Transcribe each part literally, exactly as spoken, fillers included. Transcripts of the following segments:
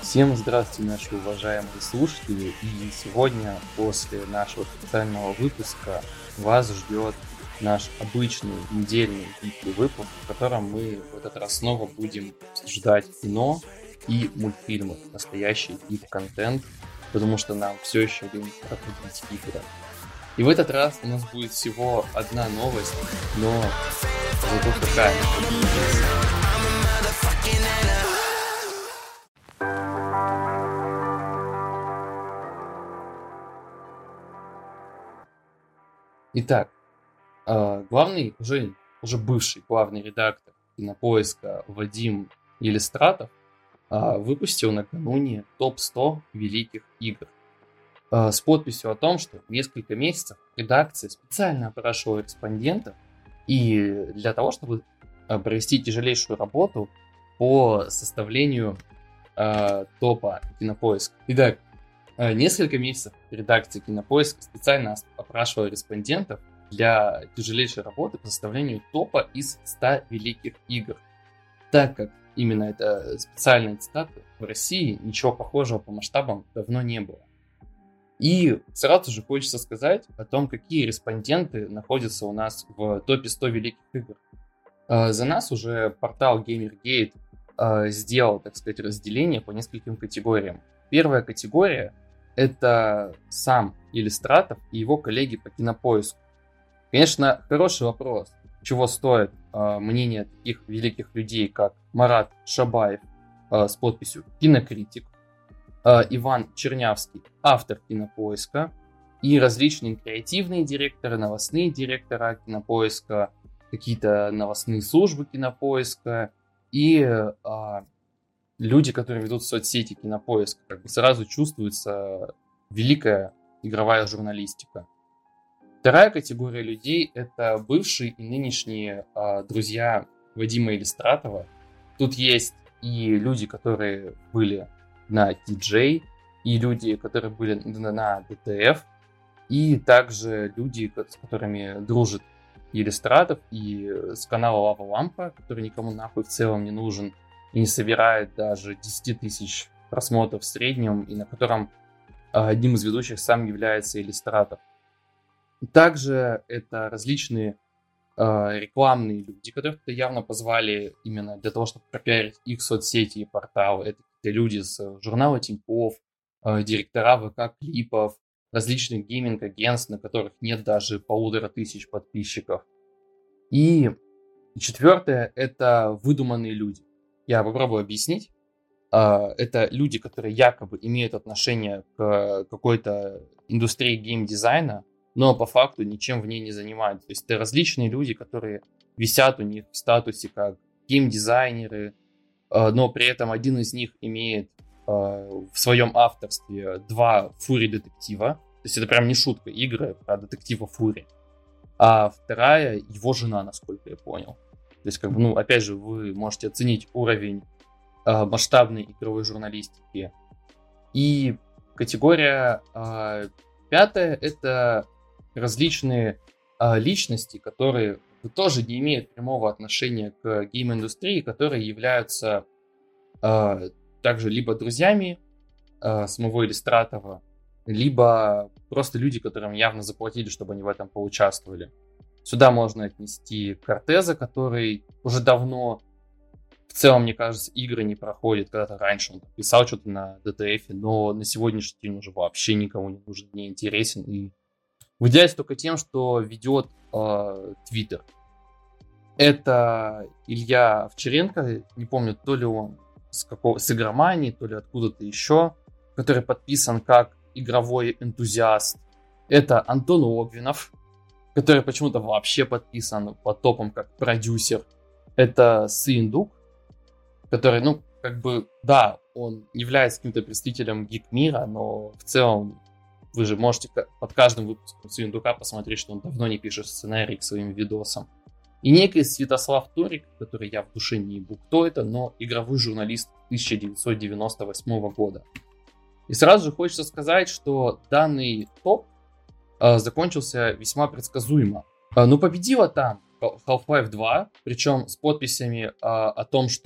Всем здравствуйте, наши уважаемые слушатели, и сегодня после нашего специального выпуска вас ждет наш обычный недельный weekly выпуск, в котором мы в этот раз снова будем обсуждать кино и мультфильмы, настоящий гик-контент, потому что нам все еще лень проходить игры. И в этот раз у нас будет всего одна новость, но зато какая. Итак, главный, уже, уже бывший главный редактор Кинопоиска Вадим Елистратов выпустил накануне топ сто великих игр с подписью о том, что несколько месяцев редакция специально опрашивала респондентов и для того, чтобы провести тяжелейшую работу по составлению э, топа Кинопоиска. Итак, несколько месяцев редакция Кинопоиска специально опрашивала респондентов для тяжелейшей работы по составлению топа из ста великих игр. Так как именно это специальная цитата, в России ничего похожего по масштабам давно не было. И сразу же хочется сказать о том, какие респонденты находятся у нас в топе сто великих игр. За нас уже портал Gamergate сделал, так сказать, разделение по нескольким категориям. Первая категория — это сам Елистратов и его коллеги по Кинопоиску. Конечно, хороший вопрос, чего стоит э, мнение таких великих людей, как Марат Шабаев э, с подписью «Кинокритик», э, Иван Чернявский, автор Кинопоиска, и различные креативные директоры, новостные директора Кинопоиска, какие-то новостные службы Кинопоиска и э, люди, которые ведут соцсети Кинопоиска. Как бы сразу чувствуется великая игровая журналистика. Вторая категория людей — это бывшие и нынешние э, друзья Вадима Елистратова. Тут есть и люди, которые были на ти джей, и люди, которые были на, на ди ти эф, и также люди, с которыми дружит Елистратов, и с канала Лава Лампа, который никому нахуй в целом не нужен и не собирает даже десять тысяч просмотров в среднем, и на котором э, одним из ведущих сам является Елистратов. Также это различные э, рекламные люди, которых-то явно позвали именно для того, чтобы пропиарить их соцсети и порталы. Это люди с журнала Тинькофф, э, директора ВК-клипов, различных гейминг-агентств, на которых нет даже полутора тысяч подписчиков. И четвертое — это выдуманные люди. Я попробую объяснить. Э, это люди, которые якобы имеют отношение к какой-то индустрии геймдизайна, но по факту ничем в ней не занимаются. То есть это различные люди, которые висят у них в статусе как геймдизайнеры, но при этом один из них имеет в своем авторстве два фури-детектива. То есть это прям не шутка, игры про детектива Фури. А вторая — его жена, насколько я понял. То есть, как бы, ну, опять же, вы можете оценить уровень масштабной игровой журналистики. И категория пятая — это различные э, личности, которые тоже не имеют прямого отношения к гейм-индустрии, которые являются э, также либо друзьями э, самого Елистратова, либо просто люди, которым явно заплатили, чтобы они в этом поучаствовали. Сюда можно отнести Кортеза, который уже давно, в целом, мне кажется, игры не проходит. Когда-то раньше он писал что-то на ди ти эф, но на сегодняшний день уже вообще никому не нужен, не интересен и выделяется только тем, что ведет Твиттер. Э, Это Илья Овчаренко, не помню, то ли он с, какого, с игромании, то ли откуда-то еще, который подписан как игровой энтузиаст. Это Антон Логвинов, который почему-то вообще подписан по топам как продюсер. Это Сыендук, который, ну, как бы, да, он является каким-то представителем гик-мира, но в целом вы же можете под каждым выпуском Сыендука посмотреть, что он давно не пишет сценарий к своим видосам. И некий Святослав Торик, который я в душе не ебу, кто это, но игровой журналист тысяча девятьсот девяносто восьмого года. И сразу же хочется сказать, что данный топ э, закончился весьма предсказуемо. Э, ну, победила там Half-Life два, причем с подписями э, о том, что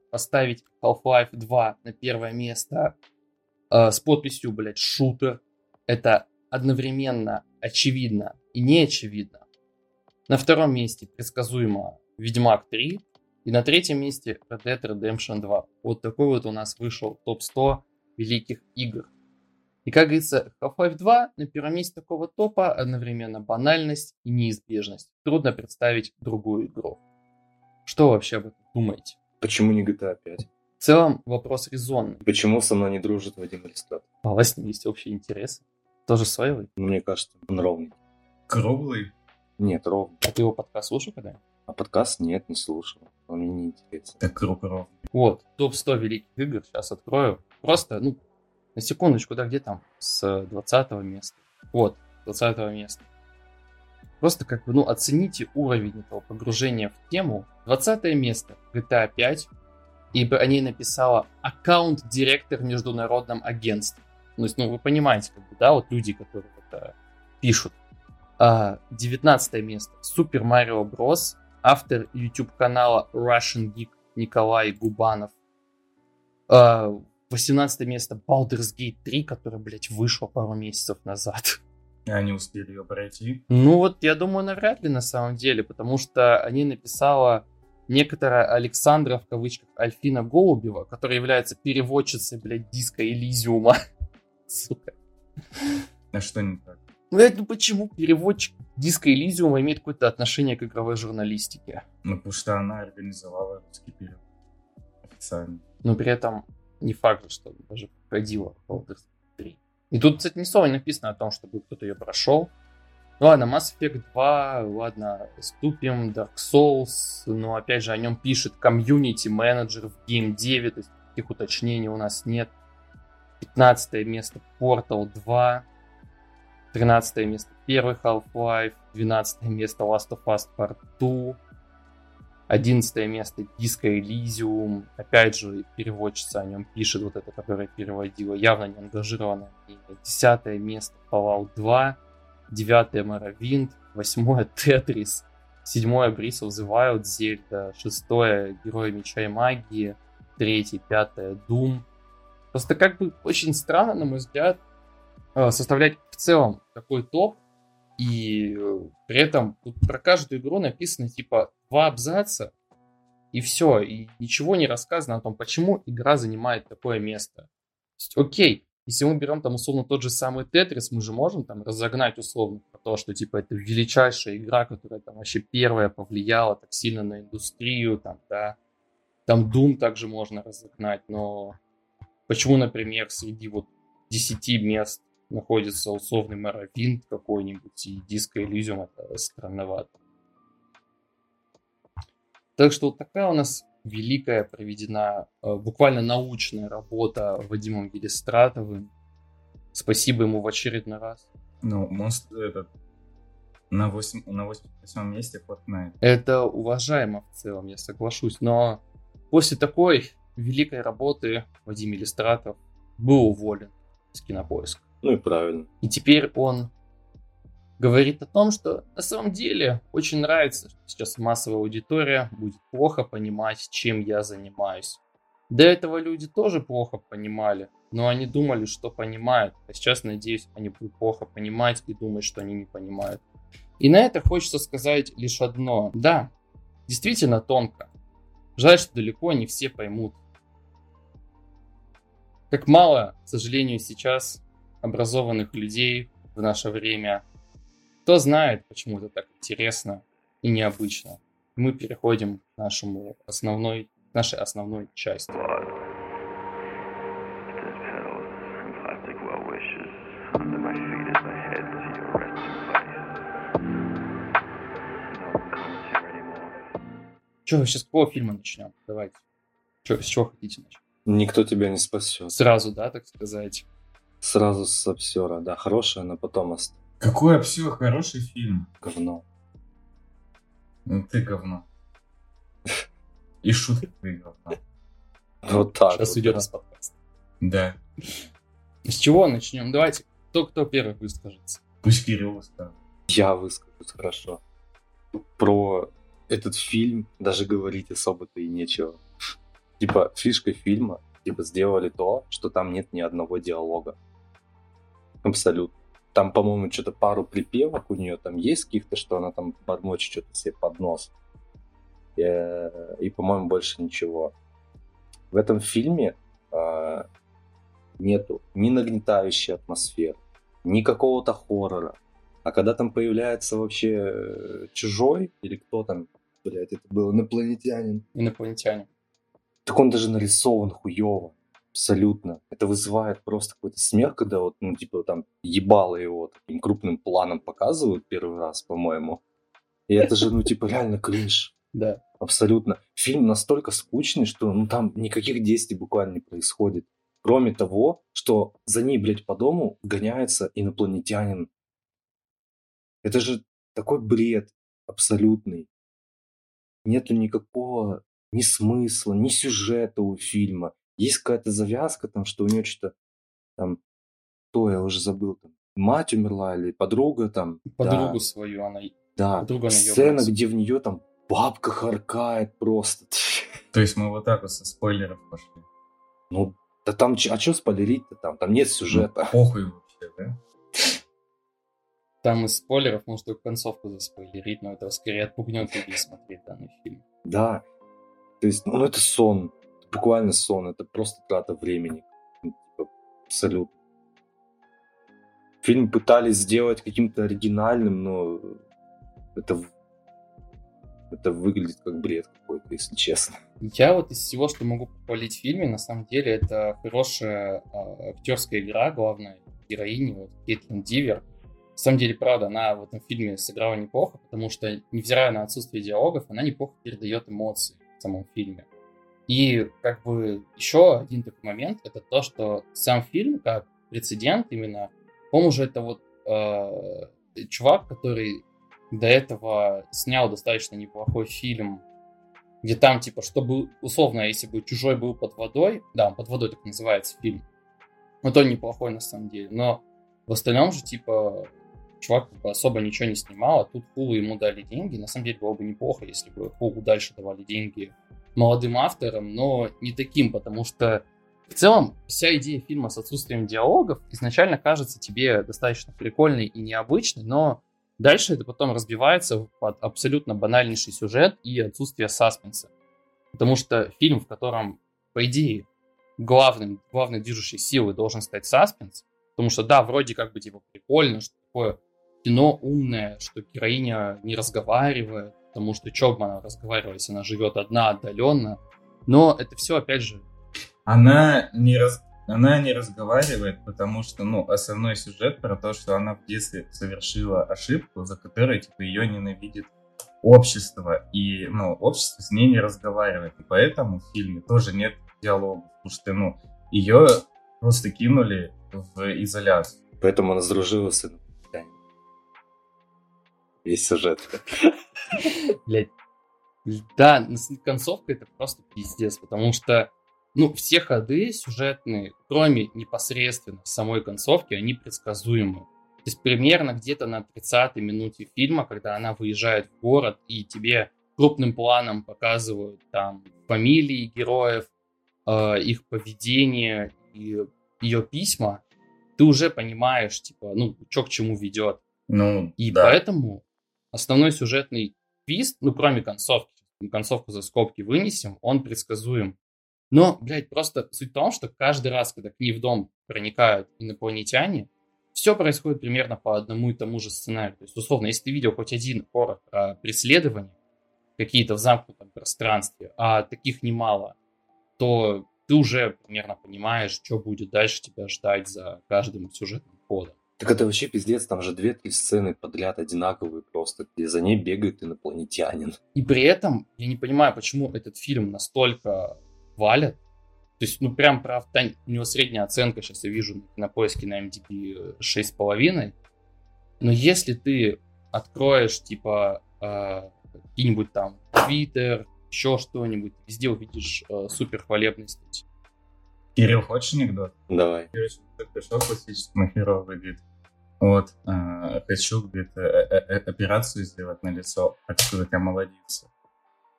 поставить Half-Life два на первое место э, с подписью, блядь, шутер. Это одновременно очевидно и не очевидно. На втором месте предсказуемо Ведьмак три. И на третьем месте Red Dead Redemption два. Вот такой вот у нас вышел топ сто великих игр. И как говорится, Half-Life два на первом месте такого топа одновременно банальность и неизбежность. Трудно представить другую игру. Что вы вообще об этом думаете? Почему не джи ти эй пять? В целом вопрос резонный. Почему со мной не дружит Вадим Иллюстратор? А у вас с ним есть общие интересы? Тоже своевый? Ну, мне кажется, он ровный. Круглый? Нет, ровный. А ты его подкаст слушал когда-нибудь? А подкаст нет, не слушал. Он мне не интересен. Так круг ровный. Вот, топ сто великих игр сейчас открою. Просто, ну, на секундочку, да, где там? С двадцатого места. Вот, двадцатого места. Просто как бы, ну, оцените уровень этого погружения в тему. двадцатое место, джи ти эй пять. И о ней написала аккаунт-директор в международном агентстве. То есть, ну, вы понимаете, как бы, да, вот люди, которые это пишут. А, девятнадцатое место, Super Mario Bros. Автор YouTube-канала Russian Geek Николай Губанов. А, восемнадцатое место, Baldur's Gate три, который, блядь, вышел пару месяцев назад. Они успели ее пройти? Ну вот, я думаю, навряд ли на самом деле, потому что они написала некоторая Александра, в кавычках, Альфина Голубева, которая является переводчицей, блядь, диска Элизиума. Сука. А что не так? Блядь, ну почему переводчик диска Элизиума имеет какое-то отношение к игровой журналистике? Ну, потому что она организовала русский перевод. Официально. Но при этом не факт, что даже проходила Baldur's Gate три. И тут, кстати, ни слова не написано о том, чтобы кто-то ее прошел. Ну ладно, Mass Effect два, ладно, ступим, Dark Souls, но опять же о нем пишет комьюнити-менеджер в Game девять, то есть таких уточнений у нас нет. пятнадцатое место Portal два, тринадцатое место первый Half-Life, двенадцатое место Last of Us Part два, одиннадцатое место Disco Elysium, опять же переводчица о нем пишет, вот эта, которая переводила, явно не ангажированная. десятое место Fallout два, девятое Morrowind, восьмое Tetris, седьмое Breath of the Wild, Zelda, шестое Герои Меча и Магии, третье, пятое Doom. Просто как бы очень странно, на мой взгляд, составлять в целом такой топ, и при этом тут про каждую игру написано типа два абзаца, и все, и ничего не рассказано о том, почему игра занимает такое место. То есть, окей, если мы берем там условно тот же самый Тетрис, мы же можем там разогнать условно про то, что типа это величайшая игра, которая там вообще первая повлияла так сильно на индустрию, там, да, там Doom также можно разогнать, но почему, например, среди вот десяти мест находится условный Morrowind какой-нибудь и Disco Elysium, это странновато. Так что вот такая у нас великая проведена, буквально научная работа Вадимом Елистратовым. Спасибо ему в очередной раз. Ну, монстр этот на, восемь, на восемьдесят восьмом месте Fortnite. Это уважаемо в целом, я соглашусь. Но после такой великой работы Вадим Елистратов был уволен с Кинопоиска. Ну и правильно. И теперь он говорит о том, что на самом деле очень нравится, что сейчас массовая аудитория будет плохо понимать, чем я занимаюсь. До этого люди тоже плохо понимали, но они думали, что понимают. А сейчас, надеюсь, они будут плохо понимать и думать, что они не понимают. И на это хочется сказать лишь одно. Да, действительно тонко. Жаль, что далеко не все поймут. Как мало, к сожалению, сейчас образованных людей в наше время. Кто знает, почему это так интересно и необычно. Мы переходим к нашему основной, нашей основной части. Что, сейчас с какого фильма начнем? Давайте. Что, с чего хотите начать? Никто тебя не спасет. Сразу, да, так сказать? Сразу с обсера, да. Хорошее, но потом оставь. Какой все хороший фильм. Говно. Ну ты говно. И шутки ты говно. Вот так. Сейчас вот, уйдет да. из подкаста. Да. С чего начнем? Давайте. Кто, кто первый выскажется? Пусть Кирилл скажет. Я выскажусь, хорошо. Про этот фильм даже говорить особо-то и нечего. типа, фишкой фильма, типа, сделали то, что там нет ни одного диалога. Абсолютно. Там, по-моему, что-то пару припевок у нее там есть каких-то, что она там бормочет что-то себе под нос. И, и по-моему, больше ничего. В этом фильме э, нету ни нагнетающей атмосферы, ни какого-то хоррора. А когда там появляется вообще чужой, или кто там, блядь, это был инопланетянин. Инопланетянин. Так он даже нарисован хуёво. Абсолютно. Это вызывает просто какой-то смех, когда вот, ну, типа, там, ебало его таким крупным планом показывают первый раз, по-моему. И это же, ну, типа, реально кринж. Да. Абсолютно. Фильм настолько скучный, что, ну, там никаких действий буквально не происходит. Кроме того, что за ней, блядь, по дому гоняется инопланетянин. Это же такой бред абсолютный. Нету никакого ни смысла, ни сюжета у фильма. Есть какая-то завязка, там, что у нее что-то там, то я уже забыл, там, мать умерла или подруга там. Подругу да, свою она... да. Подруга она Сцена, ёбнулась. где в нее там бабка харкает просто. То есть мы вот так вот со спойлеров пошли. Ну, да там, ч- а что спойлерить-то там? Там нет Ну, сюжета. похуй вообще, да? Там из спойлеров можно только концовку заспойлерить, но это скорее отпугнет людей смотреть данный фильм. Да. То есть, ну, это сон. Буквально сон. Это просто трата времени. Ну, типа, абсолютно. Фильм пытались сделать каким-то оригинальным, но это, это выглядит как бред какой-то, если честно. Я вот из всего, что могу похвалить в фильме, на самом деле, это хорошая э, актерская игра главной героини, вот, Кейтлин Дивер. На самом деле, правда, она в этом фильме сыграла неплохо, потому что, невзирая на отсутствие диалогов, она неплохо передает эмоции в самом фильме. И как бы еще один такой момент, это то, что сам фильм, как прецедент именно, он уже это вот э, чувак, который до этого снял достаточно неплохой фильм, где там, типа, чтобы, условно, если бы «Чужой» был под водой, да, «Под водой» так называется фильм, вот он неплохой на самом деле, но в остальном же, типа, чувак как бы особо ничего не снимал, а тут Хулу ему дали деньги. На самом деле было бы неплохо, если бы Хулу дальше давали деньги молодым авторам, но не таким, потому что в целом вся идея фильма с отсутствием диалогов изначально кажется тебе достаточно прикольной и необычной, но дальше это потом разбивается под абсолютно банальнейший сюжет и отсутствие саспенса. Потому что фильм, в котором, по идее, главным, главной движущей силой должен стать саспенс, потому что, да, вроде как бы типа прикольно, что такое кино умное, что героиня не разговаривает, потому что чё бы она разговаривала, если она живет одна, отдаленно. Но это все, опять же... Она не, раз... она не разговаривает, потому что, ну, основной сюжет про то, что она в детстве совершила ошибку, за которой, типа, ее ненавидит общество. И, ну, общество с ней не разговаривает. И поэтому в фильме тоже нет диалога. Потому что, ну, ее просто кинули в изоляцию. Поэтому она сдружилась с инопланетянином. Весь сюжет. Блять. Да, концовка это просто пиздец, потому что, ну, все ходы сюжетные, кроме непосредственно самой концовки, они предсказуемы. То есть примерно где-то на тридцатой минуте фильма, когда она выезжает в город, и тебе крупным планом показывают там фамилии героев, э, их поведение и ее письма, ты уже понимаешь, типа, ну, что к чему ведет. Ну, И да. поэтому основной сюжетный твист, ну, кроме концовки, концовку за скобки вынесем, он предсказуем. Но, блядь, просто суть в том, что каждый раз, когда к ней в дом проникают инопланетяне, все происходит примерно по одному и тому же сценарию. То есть, условно, если ты видел хоть один хоррор про преследование, какие-то в замкнутом пространстве, а таких немало, то ты уже примерно понимаешь, что будет дальше тебя ждать за каждым сюжетным ходом. Так это вообще пиздец, там же две-три сцены подряд одинаковые просто, где за ней бегает инопланетянин. И при этом я не понимаю, почему этот фильм настолько валят. То есть, ну, прям правда, у него средняя оценка, сейчас я вижу на поиске на эм ди би шесть с половиной. Но если ты откроешь, типа, э, какие-нибудь там Твиттер, еще что-нибудь, везде увидишь э, супер хвалебные статьи. Кирилл, хочешь анекдот? Давай. Короче, пришел классическому хирургу и говорит, вот, э, хочу, говорит, э- э- э- операцию сделать на лицо, хочу, говорит, омолодиться.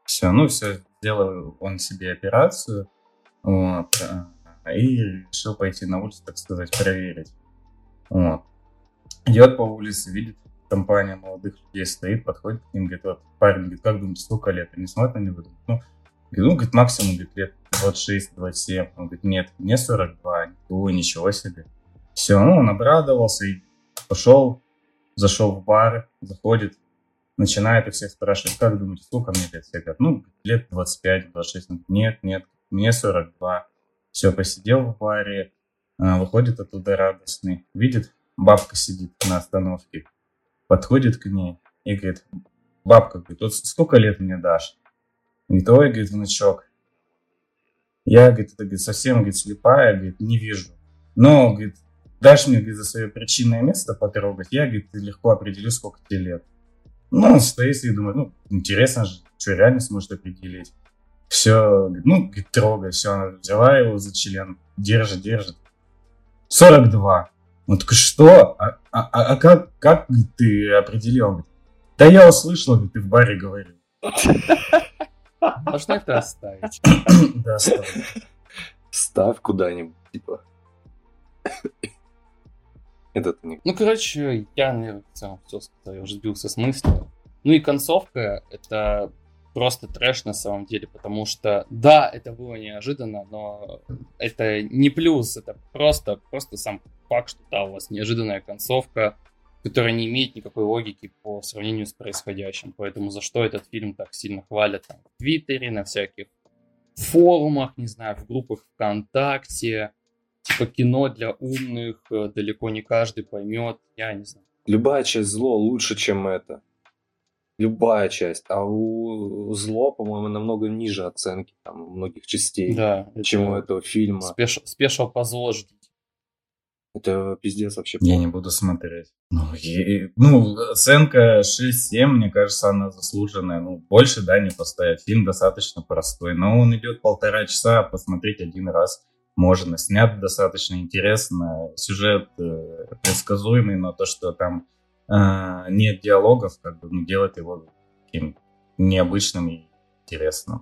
Все, ну все, сделал он себе операцию, вот, и решил пойти на улицу, так сказать, проверить. Вот. Идет по улице, видит, компания молодых людей стоит, подходит к ним, говорит, вот, парень, говорит, как думаете, сколько лет? Они смотрят на него, ну, говорит, ну, говорит, максимум, говорит, лет двадцать шесть двадцать семь. Он говорит, нет, мне сорок два. Ой, ничего себе. Все, ну, он обрадовался и пошел, зашел в бар, заходит, начинает у всех спрашивать, как думаете, сколько мне лет? Все говорят, ну, лет двадцать пять двадцать шесть. Он говорит, нет, нет, мне сорок два. Все, посидел в баре, выходит оттуда радостный, видит, бабка сидит на остановке, подходит к ней и говорит, бабка, говорит, вот сколько лет мне дашь? Говорит, ой, говорит, внучок, я, говорит, это, говорит, совсем, говорит, слепая, говорит, не вижу. Но, говорит, дашь мне, говорит, за свое причинное место потрогать, я, говорит, легко определю, сколько тебе лет. Ну, он стоит и думает, ну, интересно же, что реально сможет определить. Все, ну, говорит, трогай, все, она взяла его за член, держит, держит. сорок два. Он такой, что? А, а, а как, как говорит, ты определил? Он говорит, да я услышал, говорит, ты в баре говорил. Можно это оставить? Да, оставь. Ставь куда-нибудь, типа. Это не... Ну, короче, я, наверное, в целом все сказал, я уже сбился с мысли. Ну и концовка, это просто трэш на самом деле, потому что, да, это было неожиданно, но это не плюс, это просто, просто сам факт, что да, у вас неожиданная концовка, которая не имеет никакой логики по сравнению с происходящим. Поэтому за что этот фильм так сильно хвалят там, в Твиттере, на всяких форумах, не знаю, в группах ВКонтакте. Типа кино для умных, далеко не каждый поймет, я не знаю. Любая часть зло лучше, чем это. Любая часть. А у зло, по-моему, намного ниже оценки там многих частей, Да, чем у этого фильма. Спеш... Спешл по зло ждите. Это пиздец вообще. Я не буду смотреть. Ну, и, ну, оценка шесть семь, мне кажется, она заслуженная. Ну, больше, да, не поставить. Фильм достаточно простой. Но он идет полтора часа, посмотреть один раз можно. Снят достаточно интересно. Сюжет э, предсказуемый, но то, что там э, нет диалогов, как бы, ну, делает его таким необычным и интересным.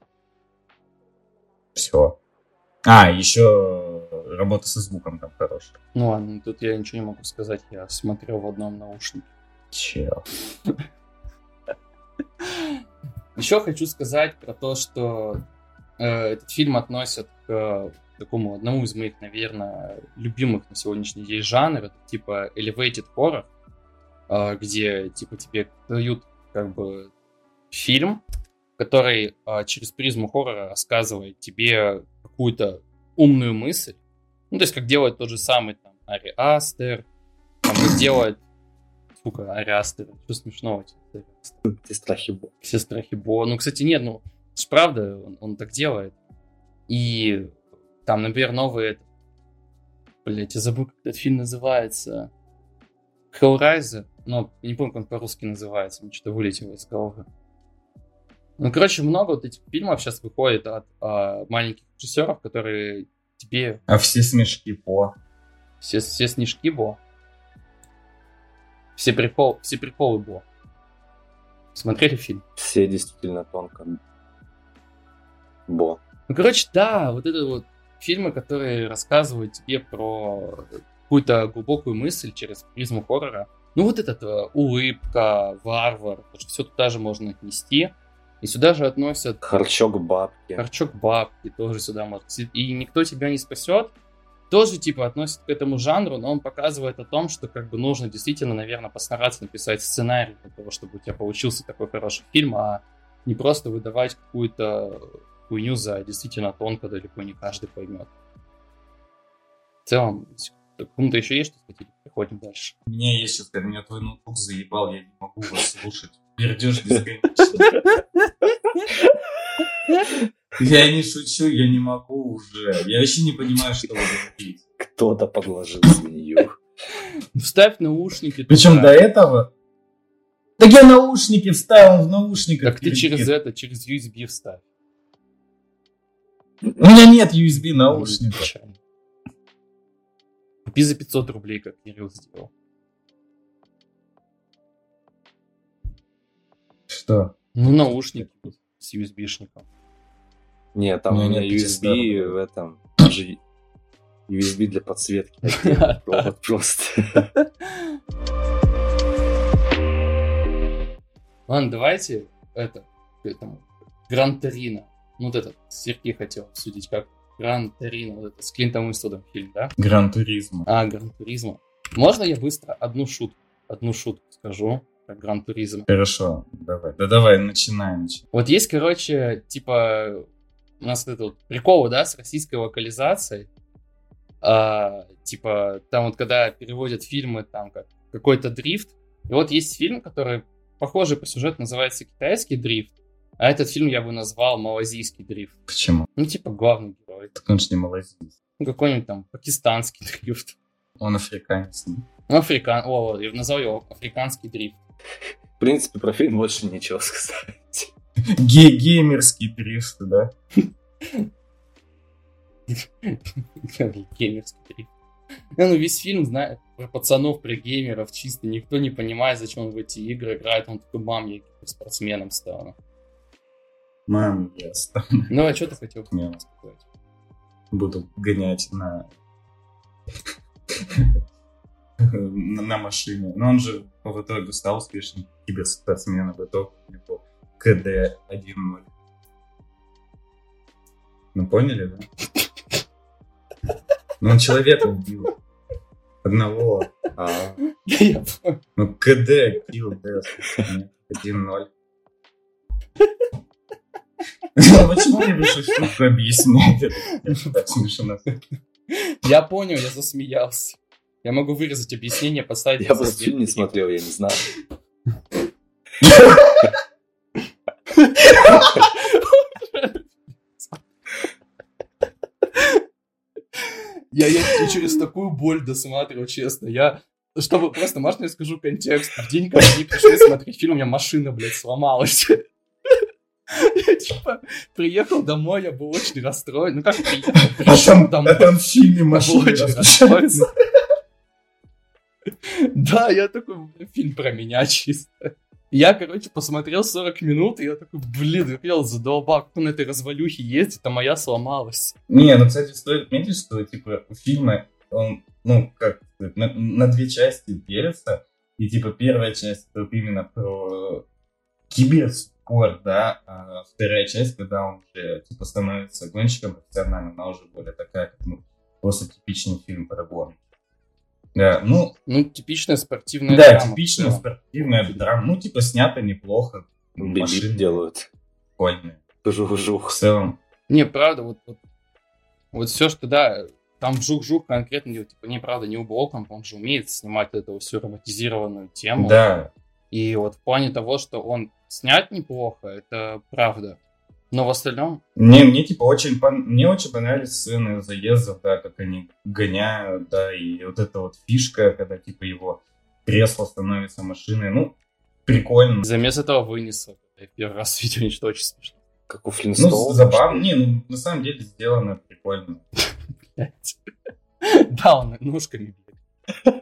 Все. А, еще работа со звуком там хорошая. Ну ладно, тут я ничего не могу сказать, я смотрел в одном наушнике. Чел. Еще хочу сказать про то, что э, этот фильм относят к э, такому одному из моих, наверное, любимых на сегодняшний день жанров, типа elevated horror, э, где типа тебе дают как бы фильм, который э, через призму хоррора рассказывает тебе какую-то умную мысль. Ну, то есть, как делает тот же самый там Ари Астер, там, как делает... Сука, Ари Астер, что смешного? Все страхи Бо. Все страхи Бо. Ну, кстати, нет, ну, это ж правда, он, он так делает. И там, например, новый... Блять, я забыл, как этот фильм называется. Hellraiser. Ну, я не помню, как он по-русски называется. Мне что-то вылетело из головы. Ну, короче, много вот этих фильмов сейчас выходит от а, маленьких режиссеров, которые тебе... А все смешки по... Все, все снежки Бо. Все, прикол, все приколы Бо. Смотрели фильм? Все действительно тонко. Бо. Ну, короче, да, вот это вот фильмы, которые рассказывают тебе про какую-то глубокую мысль через призму хоррора. Ну, вот этот uh, улыбка, варвар, потому что все туда же можно отнести. И сюда же относят... Харчок бабки. Харчок бабки тоже сюда можно. И никто тебя не спасет. Тоже, типа, относят к этому жанру, но он показывает о том, что, как бы, нужно действительно, наверное, постараться написать сценарий для того, чтобы у тебя получился такой хороший фильм, а не просто выдавать какую-то хуйню за действительно тонко, далеко не каждый поймет. В целом, кому-то еще есть что сказать? Приходим дальше. У меня есть сейчас, когда меня твой ноутбук заебал, я не могу вас слушать. Пердешь бесконечно. Я не шучу, я не могу уже. Я вообще не понимаю, что вы говорите. Кто-то подложил свинью. Вставь наушники. Причем туда. до этого... Так я наушники вставил в наушниках. Так ты через это, через ю эс би вставь. У меня нет ю эс би наушников. Купи за пятьсот рублей, как Кирилл сделал. Что? Ну, наушники. с ю эс би-шником. Не, там У у меня меня нет ю эс би пятиста. в этом... даже ю эс би для подсветки. отдельный провод просто. Ладно, давайте это, к этому, Гран Торино. Ну, вот этот Сергей хотел обсудить, как Гран Торино, вот это с Клинтом Иствудом фильм, да? Гран Туризмо. А, Гран Туризмо. Можно я быстро одну шутку, одну шутку скажу про Гран Туризмо? Хорошо, давай. Да давай, начинаем. начинаем. Вот есть, короче, типа, у нас вот это вот прикол, да, с российской локализацией. А, типа, там вот когда переводят фильмы, там как какой-то дрифт. И вот есть фильм, который похожий по сюжету, называется «Китайский дрифт». А этот фильм я бы назвал «Малазийский дрифт». Почему? Ну, типа, главный герой. Так он же не малазиец. Ну, какой-нибудь там пакистанский дрифт. Он африканец. Ну, африкан... О, я назвал его африканский дрифт. В принципе, про фильм больше ничего сказать. Ге- Геймерский дрифт, да? Геймерский дрифт. Ну, весь фильм, знаю, про пацанов, про геймеров чисто. Никто не понимает, зачем он в эти игры играет. Он такой, мам, я спортсменом стану. Мам, я стану. Ну, а что ты хотел Нет. сказать? Буду гонять на... на на машине. Но он же в итоге стал успешным киберспортсменом. В итоге у него ка дэ один ноль. Ну, поняли, да? Ну, он человека убил. Одного. А, Я понял. Ну, ка дэ, kill death. один ноль. Ну, почему мне больше шутку объяснять? Это так смешно. Я понял, я засмеялся. Я могу вырезать объяснение, поставить... я просто фильм не смотрел, я не знаю. Я, я через такую боль досматривал, честно. Я... Чтобы просто, можно я скажу контекст? В день, когда они пришли смотреть фильм, у меня машина, блядь, сломалась. Я, типа, приехал домой, я был очень расстроен. Ну, как приехал? А Пришел там, домой. а там в фильме Я был машины очень разрушаются. расстроен. Да, я такой, блин, фильм про меня чисто. Я, короче, посмотрел сорок минут, и я такой, блин, я задолбал, как он на этой развалюхе ездит, а моя сломалась. Не, ну, кстати, стоит отметить, что, типа, у фильма, он, ну, как, на, на две части делится, и, типа, первая часть, это вот именно про киберспорт, да, а вторая часть, когда он уже, типа, становится гонщиком профессиональным, она уже более такая, как, ну, просто типичный фильм про гонки. Да, ну, Ну, типичная спортивная да, драма. типичная в целом. спортивная драма, ну, типа, снято неплохо, Бибип машины делают. прикольные. В Жух-жух. целом, Не, правда, вот, вот, вот все, что, да, там Жук-Жук конкретно, не, типа, неправда, не уболком, он же умеет снимать эту всю роботизированную тему. да. И вот в плане того, что он снят неплохо, это правда. Но в остальном... Мне, мне типа очень пон- мне очень понравились сцены заездов, да, как они гоняют, да, и вот эта вот фишка, когда типа его кресло становится машиной, ну, прикольно. Замес этого вынесла. Я в первый раз видел нечто очень смешное. Как у Ну, Флинстоунов. забавно. Не, ну, на самом деле сделано прикольно. Блядь. Да, он ножками бьет.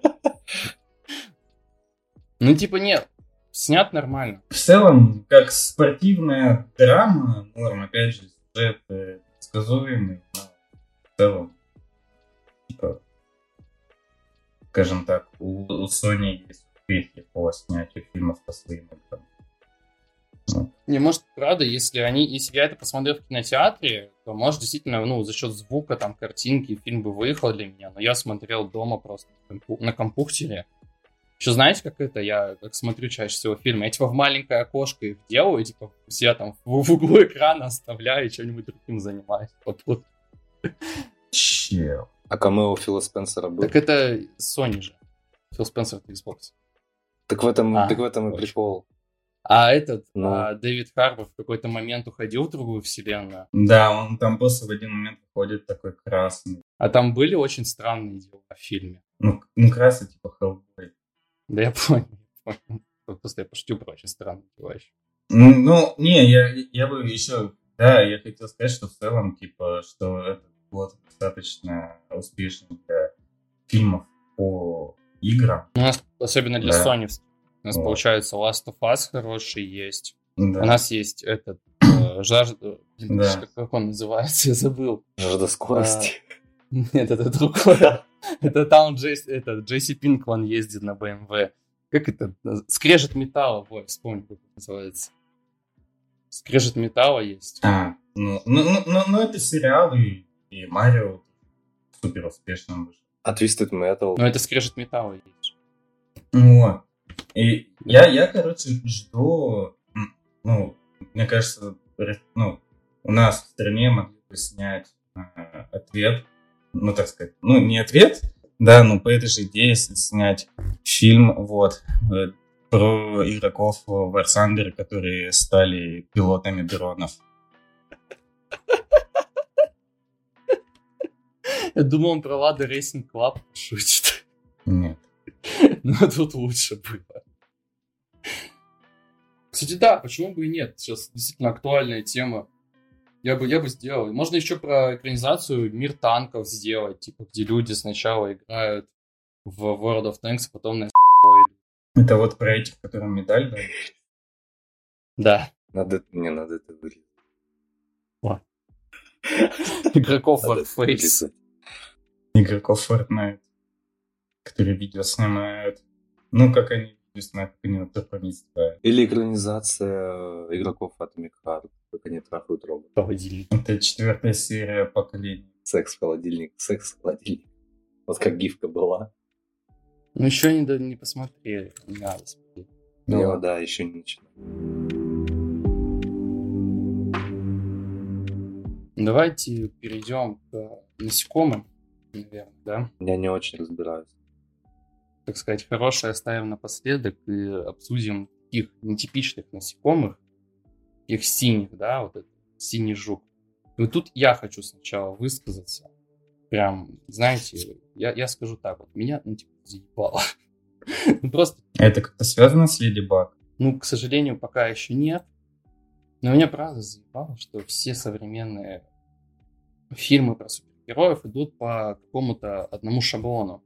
Ну, типа, нет, снят нормально. В целом, как спортивная драма, норм, опять же, сюжет э, предсказуемый, но в целом, типа, скажем так, у, у Sony есть успехи по снятию фильмов по своим играм. Не, может, правда, если они, если я это посмотрел в кинотеатре, то, может, действительно, ну, за счет звука, там, картинки, фильм бы выехал для меня, но я смотрел дома просто на компьютере. Еще знаете, как это? Я как смотрю чаще всего фильмы. Я типа в маленькое окошко их делаю, типа себя там в, в углу экрана оставляю и чем-нибудь другим занимаюсь. Вот, вот. Чел. А камео Фила Спенсера был? Так это Sony же. Фил Спенсер от Xbox. Так в этом, А, так в этом и точно. прикол. А этот, Ну. а, Дэвид Харбор в какой-то момент уходил в другую вселенную. Да, он там просто в один момент выходит такой красный. А там были очень странные дела в фильме. Ну, ну красный типа Хеллбой. Да я понял. я понял. Просто я пошутил про очень странные дела еще. Ну, не, я, я бы еще... Да, я хотел сказать, что в целом, типа, что этот год достаточно успешный для фильмов по играм. У нас, особенно для Да. Sony, у нас, Вот. получается, Last of Us хороший есть. Да. У нас есть этот э, э, жажда... Блин, Да. как, как он называется? Я забыл. Жажда скорости. Нет, это другое. Это там Джейс, это Джесси Пинкман ездит на бэ эм вэ. Как это? Скрежет металла. Вот, вспомни, как это называется. Скрежет металла есть. А, ну, ну, ну, ну, ну, это сериал, и, и Марио супер успешно вышел. А Twisted Metal. Но это скрежет металла есть. Вот. И я, я, короче, жду, м, ну, мне кажется, ре- ну, у нас в стране могли бы снять э, ответ, ну, так сказать, ну, не ответ, да, ну, по этой же идее, если снять фильм, вот, э, про игроков War Thunder, которые стали пилотами дронов. Я думал, он про Лада Racing Club шутит. Нет. Но тут лучше было. Кстати, да, почему бы и нет? Сейчас действительно актуальная тема. Я бы, я бы сделал. Можно еще про экранизацию «Мир танков» сделать, типа, где люди сначала играют в World of Tanks, а потом на Это вот про этих, которым медаль дали. Да. Надо, не надо это вырезать. Игроков Надо это Warface. вырезать. Игроков Fortnite, которые видео снимают. Ну, как они видео снимают, как они на топами снимают. Или экранизация игроков Atomic Heart, как они трахают роботов. Холодильник. Это четвертая серия поколения. Секс-холодильник, секс-холодильник. Вот как гифка была. Ну, еще не, да- не посмотрели. Не надо смотреть. Ну, Я, ладно. да, еще не начинал. Давайте перейдем к насекомым, наверное, да? Я не очень разбираюсь. Так сказать, хорошее оставим напоследок и обсудим таких нетипичных насекомых, их синих, да, вот этот синий жук. И вот тут я хочу сначала высказаться. Прям, знаете, я, я скажу так, вот меня, ну, типа, заебало. Ну, просто, Это как-то связано с Леди Баг? ну, к сожалению, пока еще нет. Но меня правда заебало, что все современные фильмы про супергероев идут по какому-то одному шаблону.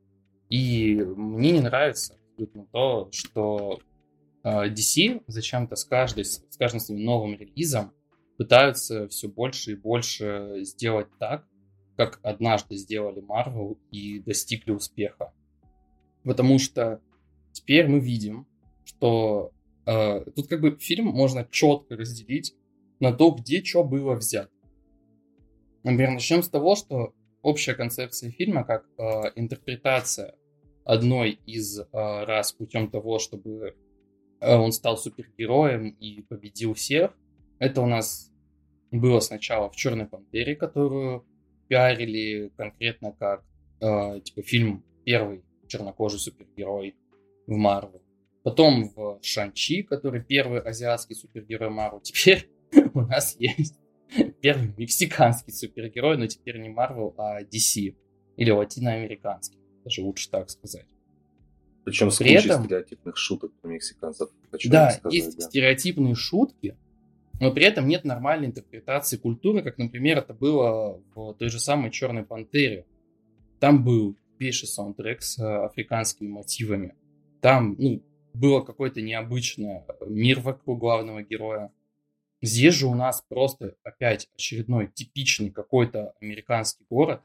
И мне не нравится абсолютно то, что э, ди си зачем-то с, каждой, с каждым своим новым релизом пытаются все больше и больше сделать так, как однажды сделали Marvel и достигли успеха. Потому что теперь мы видим, что э, тут как бы фильм можно четко разделить на то, где что было взято. Например, начнем с того, что общая концепция фильма как э, интерпретация одной из э, рас путем того, чтобы э, он стал супергероем и победил всех. Это у нас было сначала в «Черной пантере», которую пиарили конкретно как э, типа фильм первый чернокожий супергерой в Марвел. Потом в «Шан-Чи», который первый азиатский супергерой Марвел. Теперь у нас есть первый мексиканский супергерой, но теперь не Marvel, а ди си. Или латиноамериканский, даже лучше так сказать. Причем с При кучей этом- стереотипных шуток про мексиканцев. Хочу Да, вам сказать, есть да. стереотипные шутки, но при этом нет нормальной интерпретации культуры, как, например, это было в той же самой «Черной пантере». Там был пеший саундтрек с э, африканскими мотивами. Там, ну, было какой-то необычный мир вокруг главного героя. Здесь же у нас просто опять очередной типичный какой-то американский город,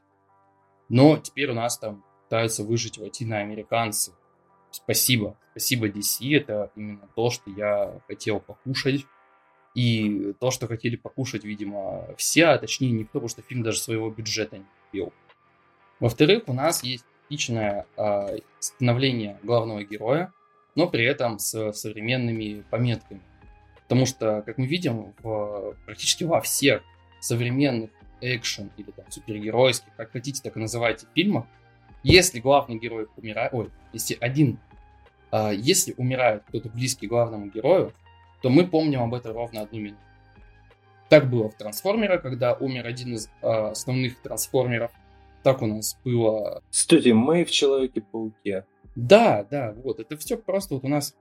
но теперь у нас там пытаются выжить латиноамериканцы. Спасибо, спасибо ди си, это именно то, что я хотел покушать. И то, что хотели покушать, видимо, все, а точнее никто, потому что фильм даже своего бюджета не купил. Во-вторых, у нас есть типичное э, становление главного героя, но при этом с современными пометками. Потому что, как мы видим, в, практически во всех современных экшен или там супергеройских, как хотите, так и называйте, фильмах, если главный герой умирает, ой, если один, э, если умирает кто-то близкий главному герою, то мы помним об этом ровно одну минуту. Так было в «Трансформерах», когда умер один из э, основных трансформеров. Так у нас было... Кстати, мы в Человеке-пауке. Да, да, вот, это все просто вот у нас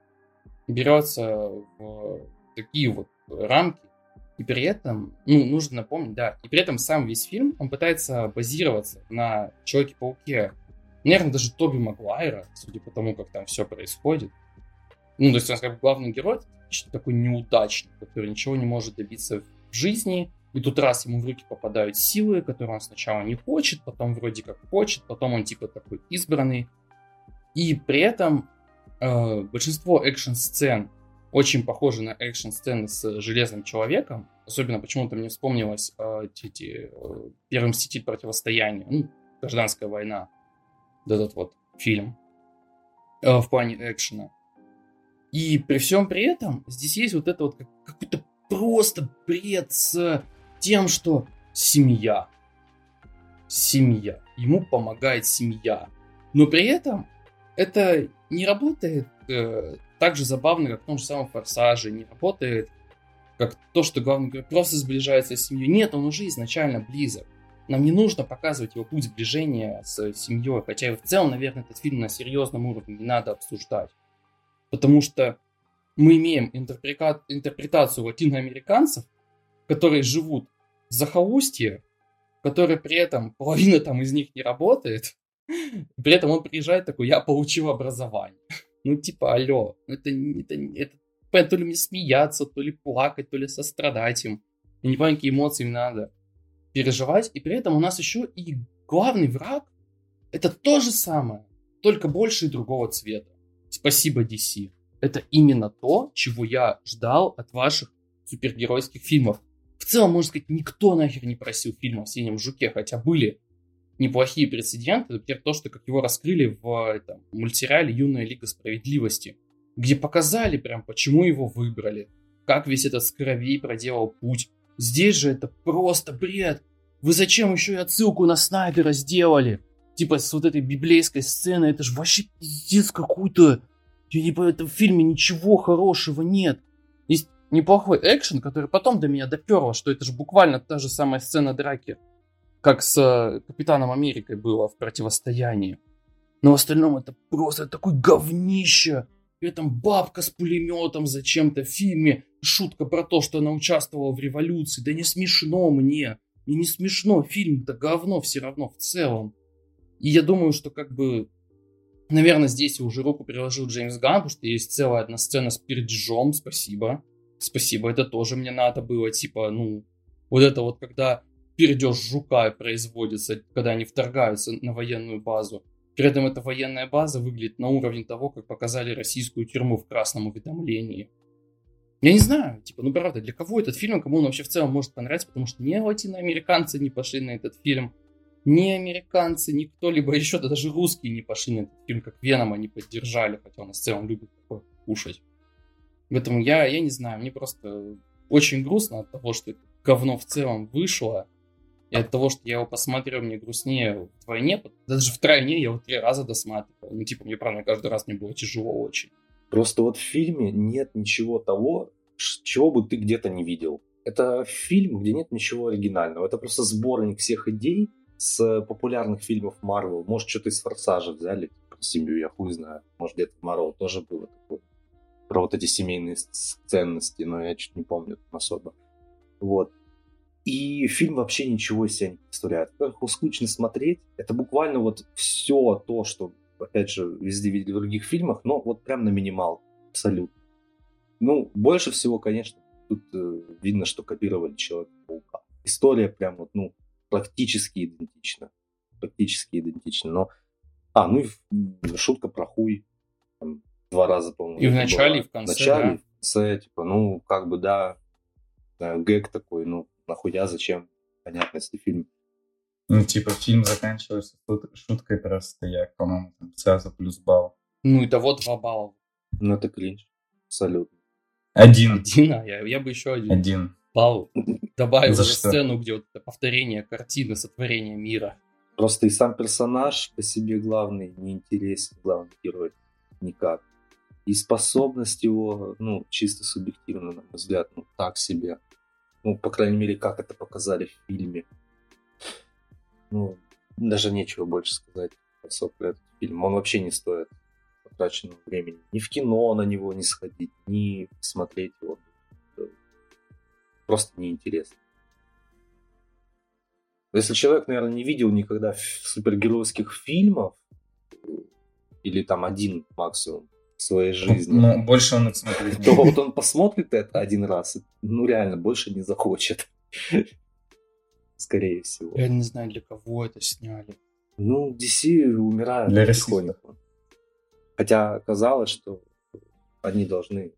берется в такие вот рамки, и при этом, ну, нужно напомнить, да, и при этом сам весь фильм, он пытается базироваться на Человеке-пауке. Наверное, даже Тоби Магуайра, судя по тому, как там все происходит. Ну, то есть у нас как бы главный герой такой неудачник, который ничего не может добиться в в жизни, и тут раз ему в руки попадают силы, которые он сначала не хочет, потом вроде как хочет, потом он типа такой избранный. И при этом э, большинство экшн-сцен очень похожи на экшн-сцены с Железным Человеком. Особенно почему-то мне вспомнилось э, эти, э, Первый Мститель Противостояние, ну, Гражданская война, вот этот вот фильм э, в плане экшена. И при всем при этом здесь есть вот это вот как, какой-то просто бред с тем, что семья. Семья. Ему помогает семья. Но при этом это не работает э, так же забавно, как в том же самом «Форсаже». Не работает как то, что главный герой просто сближается с семьей. Нет, он уже изначально близок. Нам не нужно показывать его путь сближения с семьей. Хотя и в целом, наверное, этот фильм на серьезном уровне не надо обсуждать. Потому что мы имеем интерпрета- интерпретацию латиноамериканцев, которые живут в захолустье, которые при этом, половина там из них не работает, при этом он приезжает такой: я получил образование. Ну типа, алло, это, это, это то ли мне смеяться, то ли плакать, то ли сострадать им. Я не понимаю, какие эмоции им надо переживать. И при этом у нас еще и главный враг — это то же самое, только больше и другого цвета. Спасибо, ди си. Это именно то, чего я ждал от ваших супергеройских фильмов. В целом, можно сказать, никто нахер не просил фильма о Синем Жуке, хотя были неплохие прецеденты. Например, то, что как его раскрыли в там, мультсериале «Юная Лига Справедливости», где показали прям, почему его выбрали, как весь этот Скоровей проделал путь. Здесь же это просто бред. Вы зачем еще и отсылку на Снайдера сделали? Типа с вот этой библейской сцены, это же вообще пиздец какой-то. Я не понимаю, в этом фильме ничего хорошего нет. Есть неплохой экшен, который потом до меня доперло, что это же буквально та же самая сцена драки, как с Капитаном Америкой было в «Противостоянии». Но в остальном это просто такой говнище. При этом бабка с пулеметом зачем-то в фильме. Шутка про то, что она участвовала в революции. Да не смешно мне. Мне не смешно. Фильм-то говно все равно в целом. И я думаю, что как бы... Наверное, здесь уже руку приложил Джеймс Ганн, потому что есть целая одна сцена с пердежом. Спасибо. Спасибо, это тоже мне надо было. Типа, ну... Вот это вот, когда пердеж жука производится, когда они вторгаются на военную базу. При этом эта военная база выглядит на уровне того, как показали российскую тюрьму в «Красном уведомлении». Я не знаю, типа, ну правда, для кого этот фильм, кому он вообще в целом может понравиться, потому что ни латиноамериканцы не пошли на этот фильм, ни американцы, ни кто-либо еще, да даже русские не пошли на этот фильм, как Веном они поддержали, хотя он в целом любит такое кушать. Поэтому я, я не знаю, мне просто очень грустно от того, что это говно в целом вышло. И от того, что я его посмотрел, мне грустнее вдвойне. Даже втройне я его три раза досматривал. Ну, типа, мне, правда, каждый раз мне было тяжело очень. Просто вот в фильме нет ничего того, чего бы ты где-то не видел. Это фильм, где нет ничего оригинального. Это просто сборник всех идей с популярных фильмов Marvel. Может, что-то из «Форсажа» взяли. Про семью я хуй знаю. Может, где-то в Marvel тоже было такое. Про вот эти семейные ценности. Но я чуть не помню особо. Вот. И фильм вообще ничего из себя не представляет. Во-первых, его скучно смотреть. Это буквально вот все то, что, опять же, везде видели в других фильмах, но вот прям на минимал. Абсолютно. Ну, больше всего, конечно, тут э, видно, что копировали Человека-паука. История прям вот, ну, практически идентична. Практически идентична. Но... А, ну и шутка про хуй. Там, два раза, по-моему. И в начале, была. И в конце, В начале, да. и в конце, типа, ну, как бы, да, гэг такой, ну, нахуя, зачем? Понятно, если фильм... Ну, типа, фильм заканчивается шуткой просто, я, по-моему, там сразу плюс балл. Ну, и того два балла. Ну, это кринж. Абсолютно. Один. Один, а я, я бы еще один. Один. Балл добавил За за что? сцену, где вот это повторение картины сотворения мира. Просто и сам персонаж по себе главный не интересен, главный герой. Никак. И способность его, ну, чисто субъективно, на мой взгляд, ну, так себе. Ну, по крайней мере, как это показали в фильме. Ну, даже нечего больше сказать особо про этот фильм. Он вообще не стоит потраченного времени. Ни в кино на него не сходить, ни смотреть его. Просто неинтересно. Если человек, наверное, не видел никогда супергеройских фильмов, или там один максимум, в своей жизни. Ну, больше он их смотреть не То будет. вот он посмотрит это один раз, и, ну реально, больше не захочет. Скорее всего. Я не знаю, для кого это сняли. Ну, ди си умирает Для потихоньку. Хотя оказалось, что они должны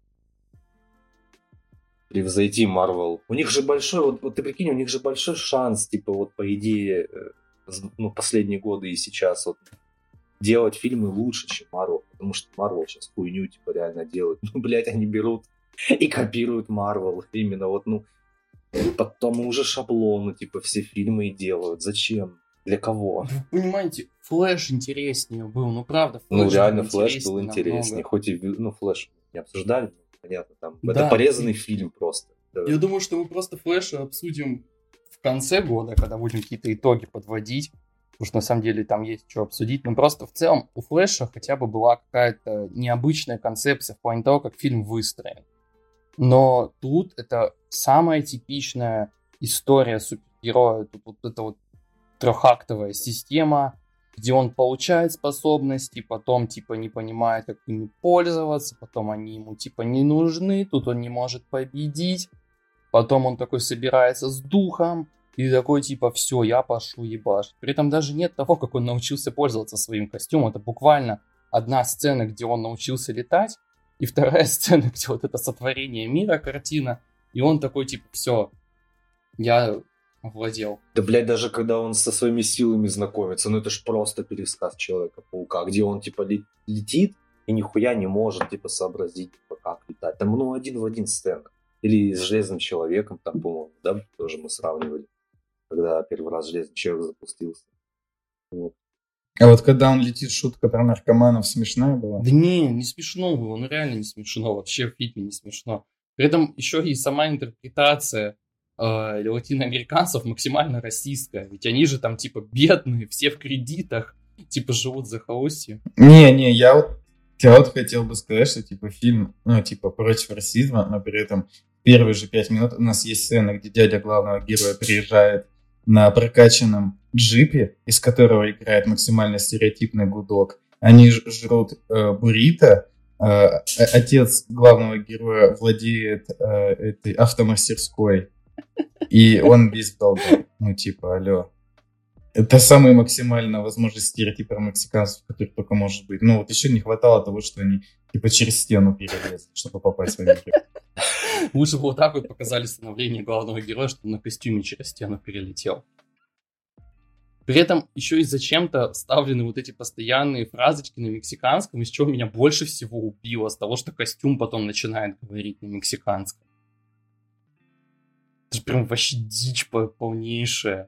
превзойти Marvel. У них же большой, вот, вот ты прикинь, у них же большой шанс, типа, вот по идее, э, ну, последние годы и сейчас вот делать фильмы лучше, чем Marvel. Потому что Marvel сейчас хуйню, типа, реально делают. Ну, блядь, они берут и копируют Marvel. Именно вот, ну, по тому же шаблону, типа, все фильмы и делают. Зачем? Для кого? Вы понимаете, Флэш интереснее был, ну правда, Флэш Ну, реально, был Флэш был интереснее интереснее. намного. Хоть и, ну, Флэш не обсуждали, но понятно, там. Да. Это порезанный фильм просто. Да. Я думаю, что мы просто Флэша обсудим в конце года, когда будем какие-то итоги подводить, потому что на самом деле там есть что обсудить. Но просто в целом у Флэша хотя бы была какая-то необычная концепция в плане того, как фильм выстроен. Но тут это самая типичная история супергероя. Тут вот это вот трехактовая система, где он получает способности, потом типа не понимает, как ими пользоваться, потом они ему типа не нужны, тут он не может победить, потом он такой собирается с духом и такой типа все, я пошел ебашить. При этом даже нет того, как он научился пользоваться своим костюмом. Это буквально одна сцена, где он научился летать, и вторая сцена, где вот это сотворение мира, картина, и он такой типа все, я овладел. Да, блядь, даже когда он со своими силами знакомится, ну это ж просто пересказ Человека-паука, где он, типа, ле- летит и нихуя не может, типа, сообразить, типа, как летать. Там, ну, один в один сцена. Или с Железным Человеком, там, по-моему, да, тоже мы сравнивали, когда первый раз Железный Человек запустился. Вот. А вот когда он летит, шутка про наркоманов смешная была? Да не, не смешно было, ну реально не смешно, вообще в фильме не смешно. При этом еще и сама интерпретация э, латиноамериканцев максимально расистская, ведь они же там типа бедные, все в кредитах, типа живут за захолустье. Не-не, я вот, я вот хотел бы сказать, что типа фильм, ну типа против расизма, но при этом первые же пять минут у нас есть сцена, где дядя главного героя приезжает на прокачанном джипе, из которого играет максимально стереотипный гудок. Они ж- жрут э, буррито. Э, отец главного героя владеет э, этой автомастерской, и он весь в долгах. Ну, типа, алло. Это самый максимально возможный стереотип про мексиканцев, который только может быть. Ну, вот еще не хватало того, что они типа через стену перелезли, чтобы попасть в Америку. Лучше бы вот так вот показали становление главного героя, что он на костюме через стену перелетел. При этом еще и зачем-то вставлены вот эти постоянные фразочки на мексиканском, из чего меня больше всего убило, с того, что костюм потом начинает говорить на мексиканском. Это же прям вообще дичь полнейшая.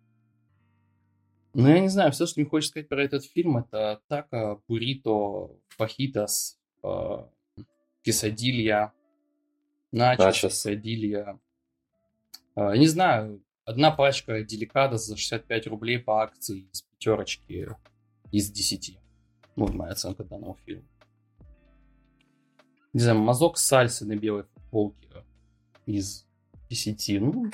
Ну, я не знаю, все, что мне хочется сказать про этот фильм, это тако, буррито, фахитос, э, quesadilla, начос, Начос. quesadilla. Э, я не знаю, одна пачка деликатос за шестьдесят пять рублей по акции из пятерочки из десяти. Вот моя оценка данного фильма. Не знаю, мазок сальсы на белой футболке из десяти. Ну,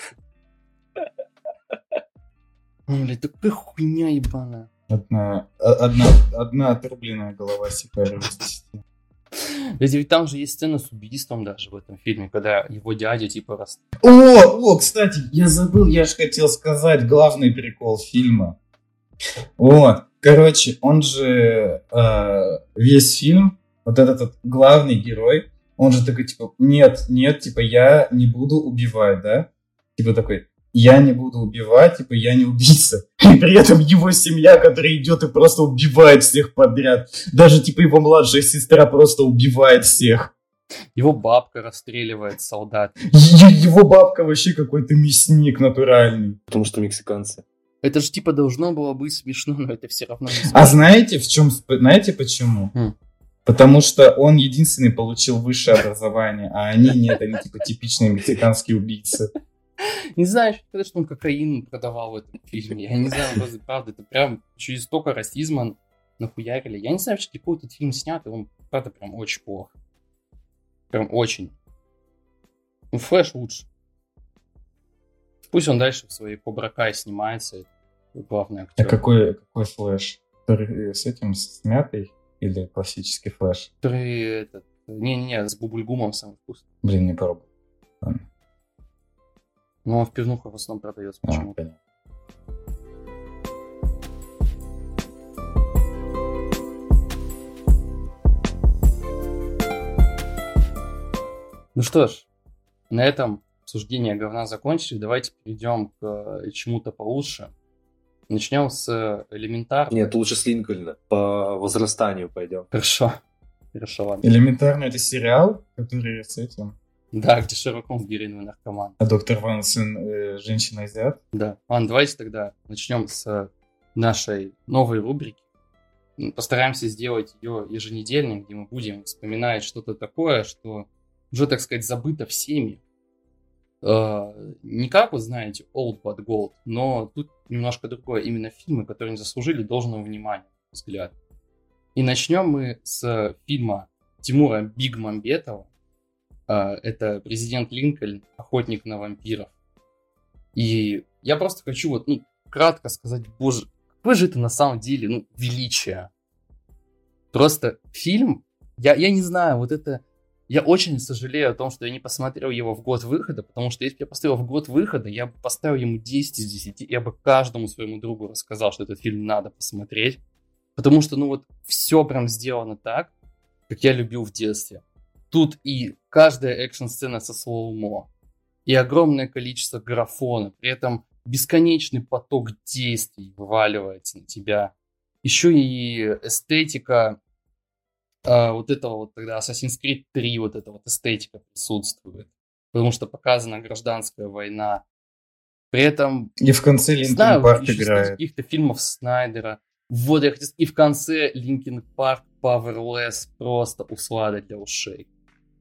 ну, блядь, такая хуйня ебаная. Одна, а- одна, одна отрубленная голова Сикарио из десяти. Ведь ведь там же есть сцена с убийством даже в этом фильме, когда его дядя типа раз... О, о, кстати, я забыл, я же хотел сказать главный прикол фильма. Вот, короче, он же э, весь фильм, вот этот вот главный герой, он же такой, типа, нет, нет, типа, я не буду убивать, да? Типа такой, я не буду убивать, типа, я не убийца. И при этом его семья, которая идет и просто убивает всех подряд. Даже, типа, его младшая сестра просто убивает всех. Его бабка расстреливает солдат. Е- его бабка вообще какой-то мясник натуральный. Потому что мексиканцы. Это же типа должно было быть смешно, но это все равно не смешно. А знаете, в чем, сп- знаете почему? Хм. Потому что он единственный получил высшее образование, а они нет, они типа типичные мексиканские убийцы. Не знаю, еще сказать, что он кокаин продавал в этом фильме. Я не знаю, просто правда, это прям еще и столько расизма нахуярили. Я не знаю, что какой этот фильм снят, и он, правда, прям очень плохо. Прям очень. Ну, Флэш лучше. Пусть он дальше в своей Кобра Кай снимается. Это главный А актер. какой, какой Флэш? Который с этим, с мятой? Или классический флэш? Который этот... Не-не-не, с бубльгумом самый вкусный. Блин, не пробовал. Ладно. Но он в пивнухах в основном продается А, почему-то. понятно. Ну что ж, на этом обсуждение говна закончили. Давайте перейдем к э, чему-то получше. Начнем с элементарного. Нет, лучше с Линкольна. По возрастанию пойдем. Хорошо. Хорошо, ладно. Элементарно это сериал, который с этим... Да, где Шерлок Холмс героиновый наркоман. А доктор Вансон э, женщина-азиат? Да. Ладно, давайте тогда начнем с нашей новой рубрики. Постараемся сделать ее еженедельной, где мы будем вспоминать что-то такое, что уже, так сказать, забыто всеми. Э, не как, вы знаете, Old But Gold, но тут немножко другое. Именно фильмы, которые не заслужили должного внимания, на мой взгляд. И начнем мы с фильма Тимура Бигмамбетова. Э, это «Президент Линкольн. Охотник на вампиров». И я просто хочу вот, ну, кратко сказать, боже, какое же это на самом деле, ну, величие. Просто фильм, я, я не знаю, вот это... Я очень сожалею о том, что я не посмотрел его в год выхода, потому что если бы я посмотрел в год выхода, я бы поставил ему десять из десяти, я бы каждому своему другу рассказал, что этот фильм надо посмотреть. Потому что, ну вот, все прям сделано так, как я любил в детстве. Тут и каждая экшн-сцена со слоумо, и огромное количество графона, при этом бесконечный поток действий вываливается на тебя. Еще и эстетика а, вот этого вот тогда Assassin's Creed три, вот эта вот эстетика присутствует. Потому что показана гражданская война. При этом, И в конце не Линкин знаю, Парк еще среди играет. каких-то фильмов Снайдера. Вот, я хотел сказать, и в конце Линкин Парк Powerless просто услада для ушей.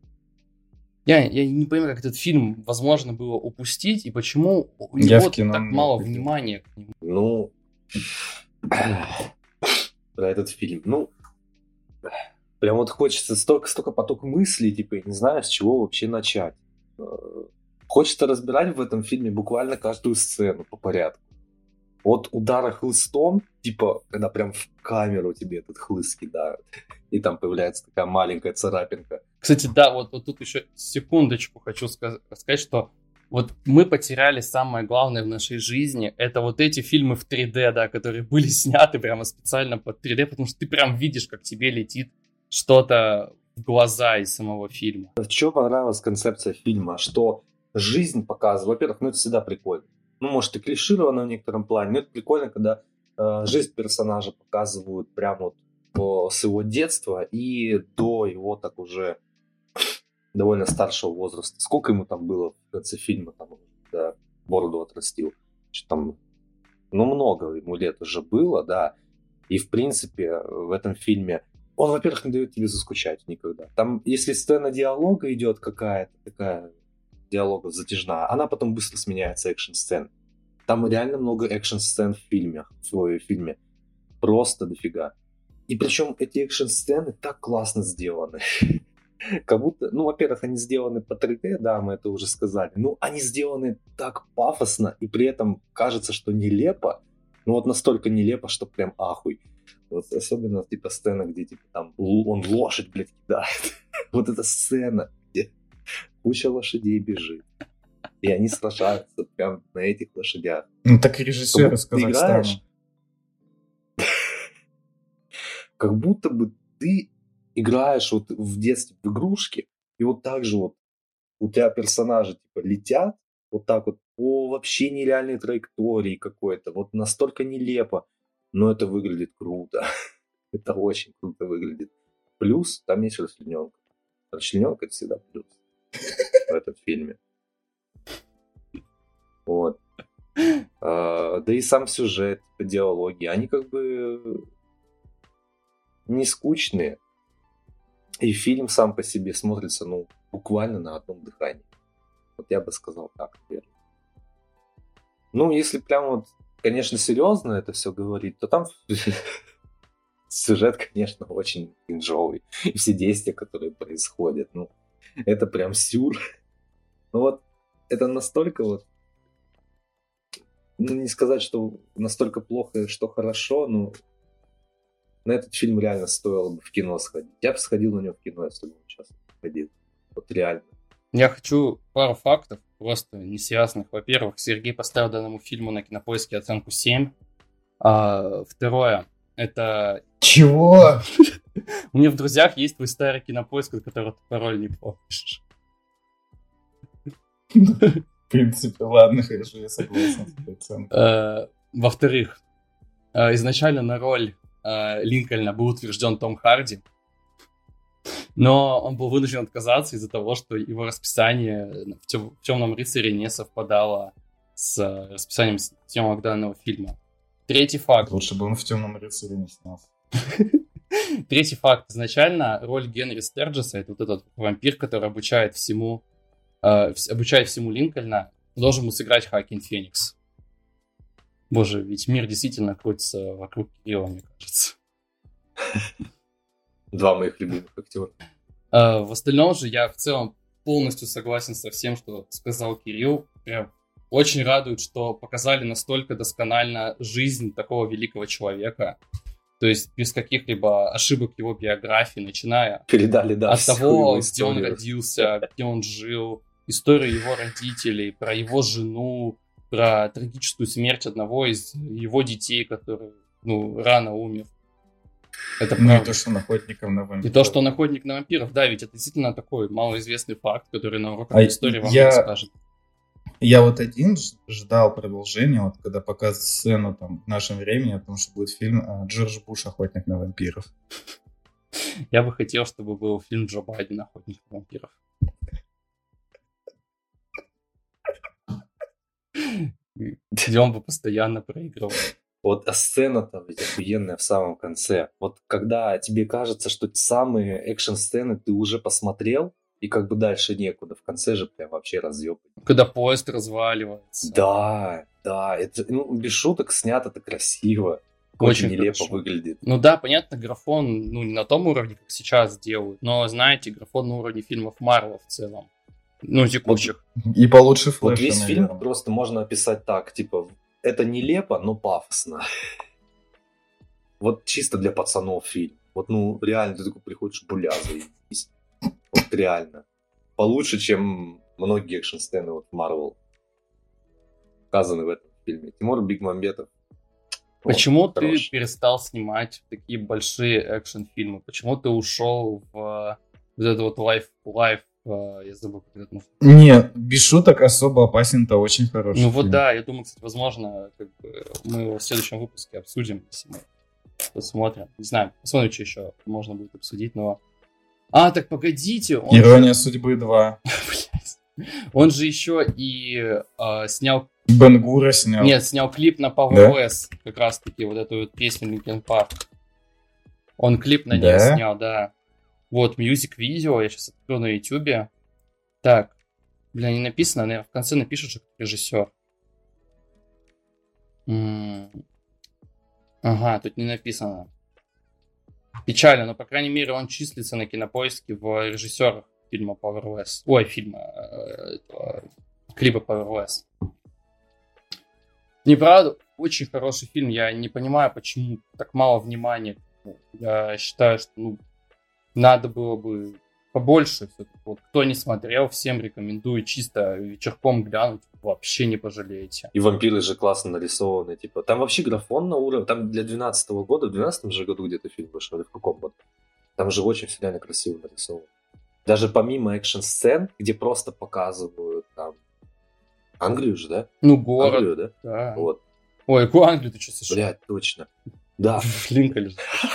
Я, я не понимаю, как этот фильм возможно было упустить, и почему у Я него в кино так не мало увидел. внимания к нему. Ну, про этот фильм. Ну, прям вот хочется столько, столько поток мыслей, типа, я не знаю, с чего вообще начать. Э, Хочется разбирать в этом фильме буквально каждую сцену по порядку. От удара хлыстом, типа, когда прям в камеру тебе этот хлыст кидают, и там появляется такая маленькая царапинка. Кстати, да, вот, вот тут еще секундочку хочу сказ- сказать, что вот мы потеряли самое главное в нашей жизни. Это вот эти фильмы в три дэ, да, которые были сняты прямо специально под три дэ, потому что ты прям видишь, как тебе летит что-то в глаза из самого фильма. В чем понравилась концепция фильма? Что жизнь показывает. Во-первых, ну это всегда прикольно. Ну, может, и клишировано в некотором плане, но это прикольно, когда э, жизнь персонажа показывают прямо вот по, с его детства и до его так уже довольно старшего возраста. Сколько ему там было в конце фильма, там, да, бороду отрастил. Что там, ну, много ему лет уже было, да. И, в принципе, в этом фильме он, во-первых, не дает тебе заскучать никогда. Там, если сцена диалога идет какая-то такая, диалога затяжная, она потом быстро сменяется экшн-сцен. Там реально много экшн-сцен в фильмах, в фильме. Просто дофига. И причем эти экшн-сцены так классно сделаны. Как будто, ну, во-первых, они сделаны по три дэ, да, мы это уже сказали. Ну, они сделаны так пафосно, и при этом кажется, что нелепо. Ну, вот настолько нелепо, что прям ахуй. Вот особенно, типа, сцена, где, типа, там, он лошадь, блядь, кидает. Вот эта сцена, где куча лошадей бежит. И они сражаются прям на этих лошадях. Ну так и режиссер из Ты Казахстана. играешь, как будто бы ты играешь вот в детстве в игрушки, и вот так же вот у тебя персонажи типа летят вот так вот по вообще нереальной траектории какой-то, вот настолько нелепо, но это выглядит круто. Это очень круто выглядит. Плюс там есть расчлененка. Расчлененка — это всегда плюс в этом фильме. Вот. А, да и сам сюжет, диалоги, они как бы не скучные. И фильм сам по себе смотрится, ну, буквально на одном дыхании. Вот я бы сказал так, наверное. Ну, если прям вот, конечно, серьезно это все говорить, то там сюжет, конечно, очень кринжовый. И все действия, которые происходят, ну, это прям сюр. Ну вот, это настолько вот, ну, не сказать, что настолько плохо, что хорошо, но на этот фильм реально стоило бы в кино сходить. Я бы сходил на него в кино, если бы он сейчас ходил. Вот реально. Я хочу пару фактов, просто не связанных. Во-первых, Сергей поставил данному фильму на Кинопоиске оценку семь. А, второе, это... Чего? У меня в друзьях есть твой старый Кинопоиск, от которого ты пароль не помнишь. В принципе, ладно, хорошо, я согласен с этой оценкой. А, во-вторых, а, изначально на роль а, Линкольна был утвержден Том Харди, но он был вынужден отказаться из-за того, что его расписание в, тем, в «Темном рыцаре» не совпадало с расписанием съемок данного фильма. Третий факт. Лучше бы он в «Темном рыцаре» не снялся. Третий факт. Изначально роль Генри Стерджеса, это вот этот вампир, который обучает всему, э, обучает всему Линкольна, должен был сыграть Хоакин Феникс. Боже, ведь мир действительно крутится вокруг Кирилла, мне кажется. Два моих любимых актера. Э, в остальном же я в целом полностью согласен со всем, что сказал Кирилл. Прям очень радует, что показали настолько досконально жизнь такого великого человека. То есть без каких-либо ошибок его биографии, начиная Передали, да, от того, где он историю. родился, где он жил, историю его родителей, про его жену, про трагическую смерть одного из его детей, который ну, рано умер. Это Ну и правда. то, что он охотником на вампиров. И то, что он охотник на вампиров, да, ведь это действительно такой малоизвестный факт, который на уроках А истории вам я- не расскажет. Я вот один ж- ждал продолжения, вот когда показывают сцену там в нашем времени, о том, что будет фильм а, Джордж Буш «Охотник на вампиров». Я бы хотел, чтобы был фильм Джо Байден «Охотник на вампиров». Где он бы постоянно проигрывал. Вот а сцена-то ведь охуенная в самом конце. Вот когда тебе кажется, что самые экшн-сцены ты уже посмотрел, и как бы дальше некуда. В конце же прям вообще разъеб. Когда поезд разваливается. Да, да. Это, ну, без шуток снято это красиво. Очень Очень нелепо хорошо. выглядит. Ну да, понятно, графон ну, не на том уровне, как сейчас делают, но, знаете, графон на уровне фильмов Марвел в целом. Ну, текущих. И получше Вот флеша, весь фильм наверное. просто можно описать так, типа, это нелепо, но пафосно. Вот чисто для пацанов фильм. Вот, ну, реально, ты такой приходишь, бля, заебись. Вот реально. Получше, чем многие экшн-сцены вот в Marvel показаны в этом фильме. Тимур Бекмамбетов. вот, Почему ты хорош. перестал снимать такие большие экшн-фильмы? Почему ты ушел в э, вот этот вот лайф, лайф, э, я забыл, как это называется. Не, без шуток, особо опасен-то очень хороший Ну вот фильм. да, я думаю, кстати, возможно, как бы мы его в следующем выпуске обсудим, если мы посмотрим. Не знаю, посмотрим, что еще можно будет обсудить, но... А, так погодите, он Ирония же, судьбы два. блядь, он же еще и э, снял, Бен Гура снял. нет, снял клип на Power Да? о эс, как раз таки вот эту вот песню Linkin Park. Он клип на Да? нее снял, да. Вот, мьюзик-видео, я сейчас открою на ютубе. Так, бля, не написано, наверное, в конце напишут, что режиссер. М. Ага, тут не написано. Печально, но, по крайней мере, он числится на Кинопоиске в режиссерах фильма Power о эс. Ой, фильма, э, этого, клипа Power о эс. Неправда, очень хороший фильм. Я не понимаю, почему так мало внимания. Я считаю, что ну, надо было бы побольше. Вот, кто не смотрел, всем рекомендую чисто вечерком глянуть. Вообще не пожалеете. И вампиры же классно нарисованы. Типа, там вообще графон на уровне. Там для двенадцатого года, в двенадцатом же году где-то фильм вышел, или в каком году? Там же очень все реально красиво нарисовано. Даже помимо экшн-сцен, где просто показывают там Англию же, да? Ну, город, Англию, да? да. Вот. Ой, какую Англию ты что сошел? Блядь, точно. Да, В Линкольне.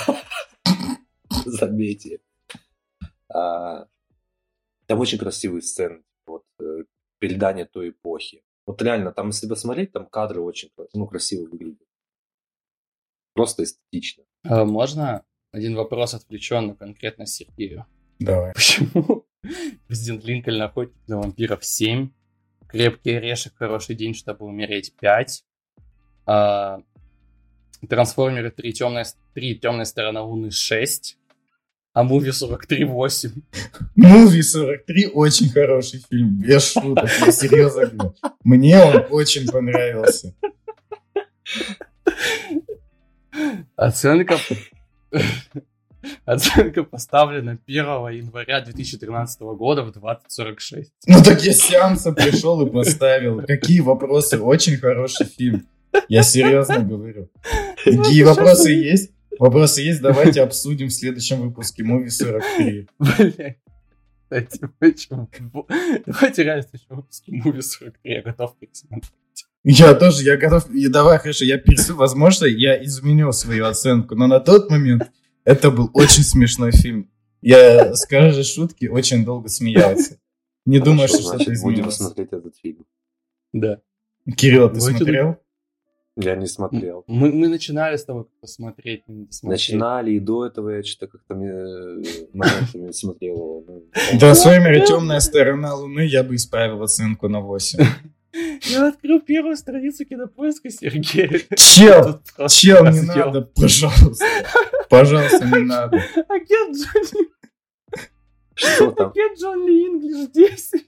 заметьте. А, Там очень красивые сцены. Вот, э, передание той эпохи. Вот реально, там, если посмотреть, там кадры очень ну, красиво выглядят. Просто эстетично. А можно один вопрос отвлеченный конкретно Сергею? Давай. Почему президент Линкольн охотник на вампиров семь, Крепкий орешек, Хороший день, чтобы умереть пять, а, Трансформеры три, темная, три, темная сторона Луны шесть, а Муви сорок три восемь. Муви сорок три очень хороший фильм, без шуток, я серьезно говорю. Мне он очень понравился. Оценка Оценка поставлена первого января две тысячи тринадцатого года в двадцать сорок шесть. Ну так я с сеанса пришел и поставил. Какие вопросы? Очень хороший фильм. Я серьезно говорю. Какие вопросы есть? Вопросы есть? Давайте обсудим в следующем выпуске Movie сорок три. Блять. Кстати, почему? Давайте реально в следующем выпуске Movie сорок три. Я готов пересмотреть. Я тоже, я готов. И давай, хорошо, я пересу. Возможно, я изменю свою оценку, но на тот момент это был очень смешной фильм. Я с каждой шутки очень долго смеялся. Не Хорошо, думаю, что значит, что-то будем изменилось. смотреть этот фильм. Да. Кирилл, ты Давайте смотрел? Я не смотрел. Мы, мы начинали с тобой как-то смотреть, не досмотрели. Начинали, и до этого я что-то как-то мне- моментами смотрел его. Ну, Трансформеры «Темная сторона Луны» я бы исправил оценку на восемь. Я открыл первую страницу Кинопоиска, Сергей. Чел, Тут просто чел, не раздел. надо, пожалуйста. Пожалуйста, не надо. Агент Джонни, Что там? агент Джонни Инглиш десять.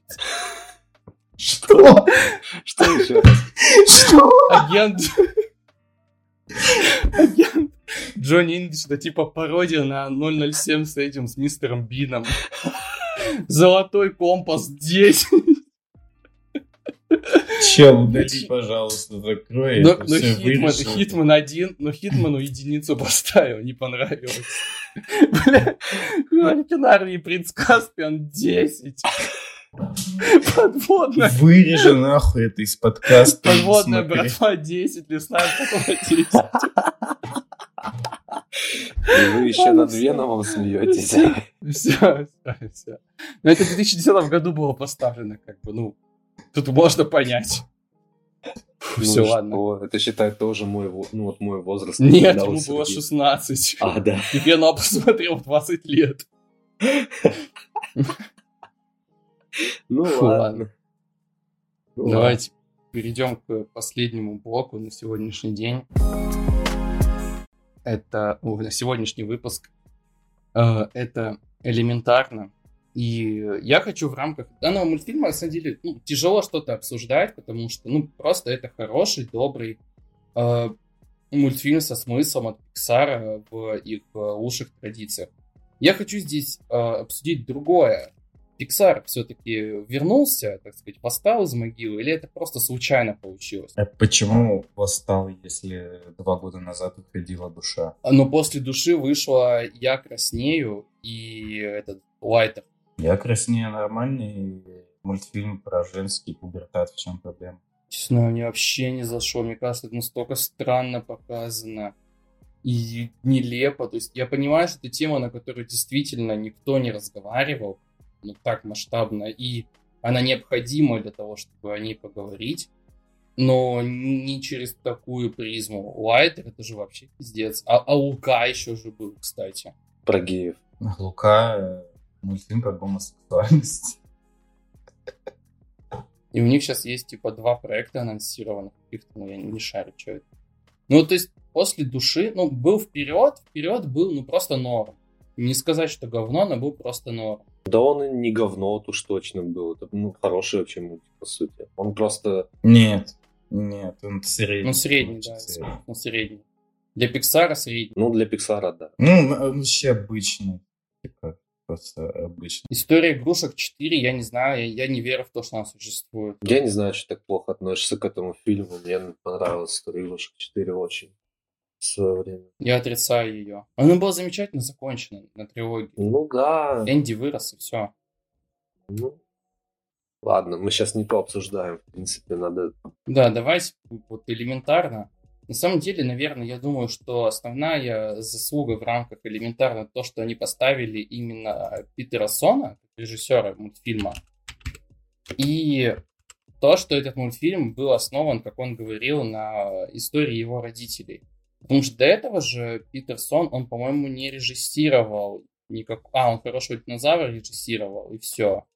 Что? Что еще раз? Что? Агент... Агент Джонни Инглиш, это типа пародия на ноль ноль семь с этим, с мистером Бином. Золотой компас десять. Чел, удали, пожалуйста, закрой Но, это, но все Хитман, вырежу. Хитман один, но Хитману единицу поставил, не понравилось. Бля, Хроники Нарнии, Принц Каспиан десять. Подводная, Вырежи нахуй это из подкаста. не подводная смотри. братва десять, лесная братва десять. И вы еще над Веномом смеетесь. Все, все, все. Но это в две тысячи десятом году было поставлено, как бы, ну, тут можно понять. Ну Все, и ладно. что? Это считай тоже мой, во- ну, вот мой возраст. Нет, когда ему у было Сергея. шестнадцать. А, да. И Веном посмотрел в двадцать лет. Ну Фу, ладно. ладно. Ну, Давайте перейдем к последнему блоку на сегодняшний день. Это о, на сегодняшний выпуск. Э, Это элементарно. И я хочу в рамках данного мультфильма, на самом деле, ну, тяжело что-то обсуждать, потому что, ну, просто это хороший, добрый э, мультфильм со смыслом от Pixar в их э, лучших традициях. Я хочу здесь э, обсудить другое. Pixar все-таки вернулся, так сказать, восстал из могилы, или это просто случайно получилось? А почему восстал, если два года назад выходила душа? Но после души вышла «Я краснею» и этот Лайтер. Я краснею нормальный мультфильм про женский пубертат. В чем проблема? Честно, мне вообще не зашло. Мне кажется, это настолько странно показано и нелепо. То есть я понимаю, что это тема, на которую действительно никто не разговаривал, ну так масштабно, и она необходима для того, чтобы о ней поговорить, но не через такую призму. Лайтер — это же вообще пиздец. А, а Лука еще же был, кстати. Про геев. Лука э, мультфильм про гомосексуальность. И у них сейчас есть типа два проекта анонсированных каких-то, но я не шарю, что это. Ну, то есть после души, ну, был вперед, вперед был, ну, просто норм. Не сказать, что говно, но был просто норм. Да он и не говно, вот уж точно был. Это, ну, хороший вообще мультик, по сути. Он просто... Нет, нет, он средний. Ну, средний, да, Средний. ну, средний. Для Пиксара средний. Ну, для Пиксара, да. Ну, он вообще обычный. Типа, просто обычный. История игрушек четыре, я не знаю, я, я не верю в то, что она существует. Я не знаю, что так плохо относишься к этому фильму. Мне понравилась «История игрушек четыре» очень в свое время. Я отрицаю ее. Она была замечательно закончена на трилогии. Ну да. Энди вырос, и все. Ну, ладно, мы сейчас не то обсуждаем. В принципе, надо... Да, давайте вот элементарно. На самом деле, наверное, я думаю, что основная заслуга в рамках элементарно то, что они поставили именно Питера Сона, как режиссера мультфильма, и то, что этот мультфильм был основан, как он говорил, на истории его родителей. Потому что до этого же Питер Сон, он, по-моему, не режиссировал никак... А, он «Хорошего динозавра» режиссировал, и все.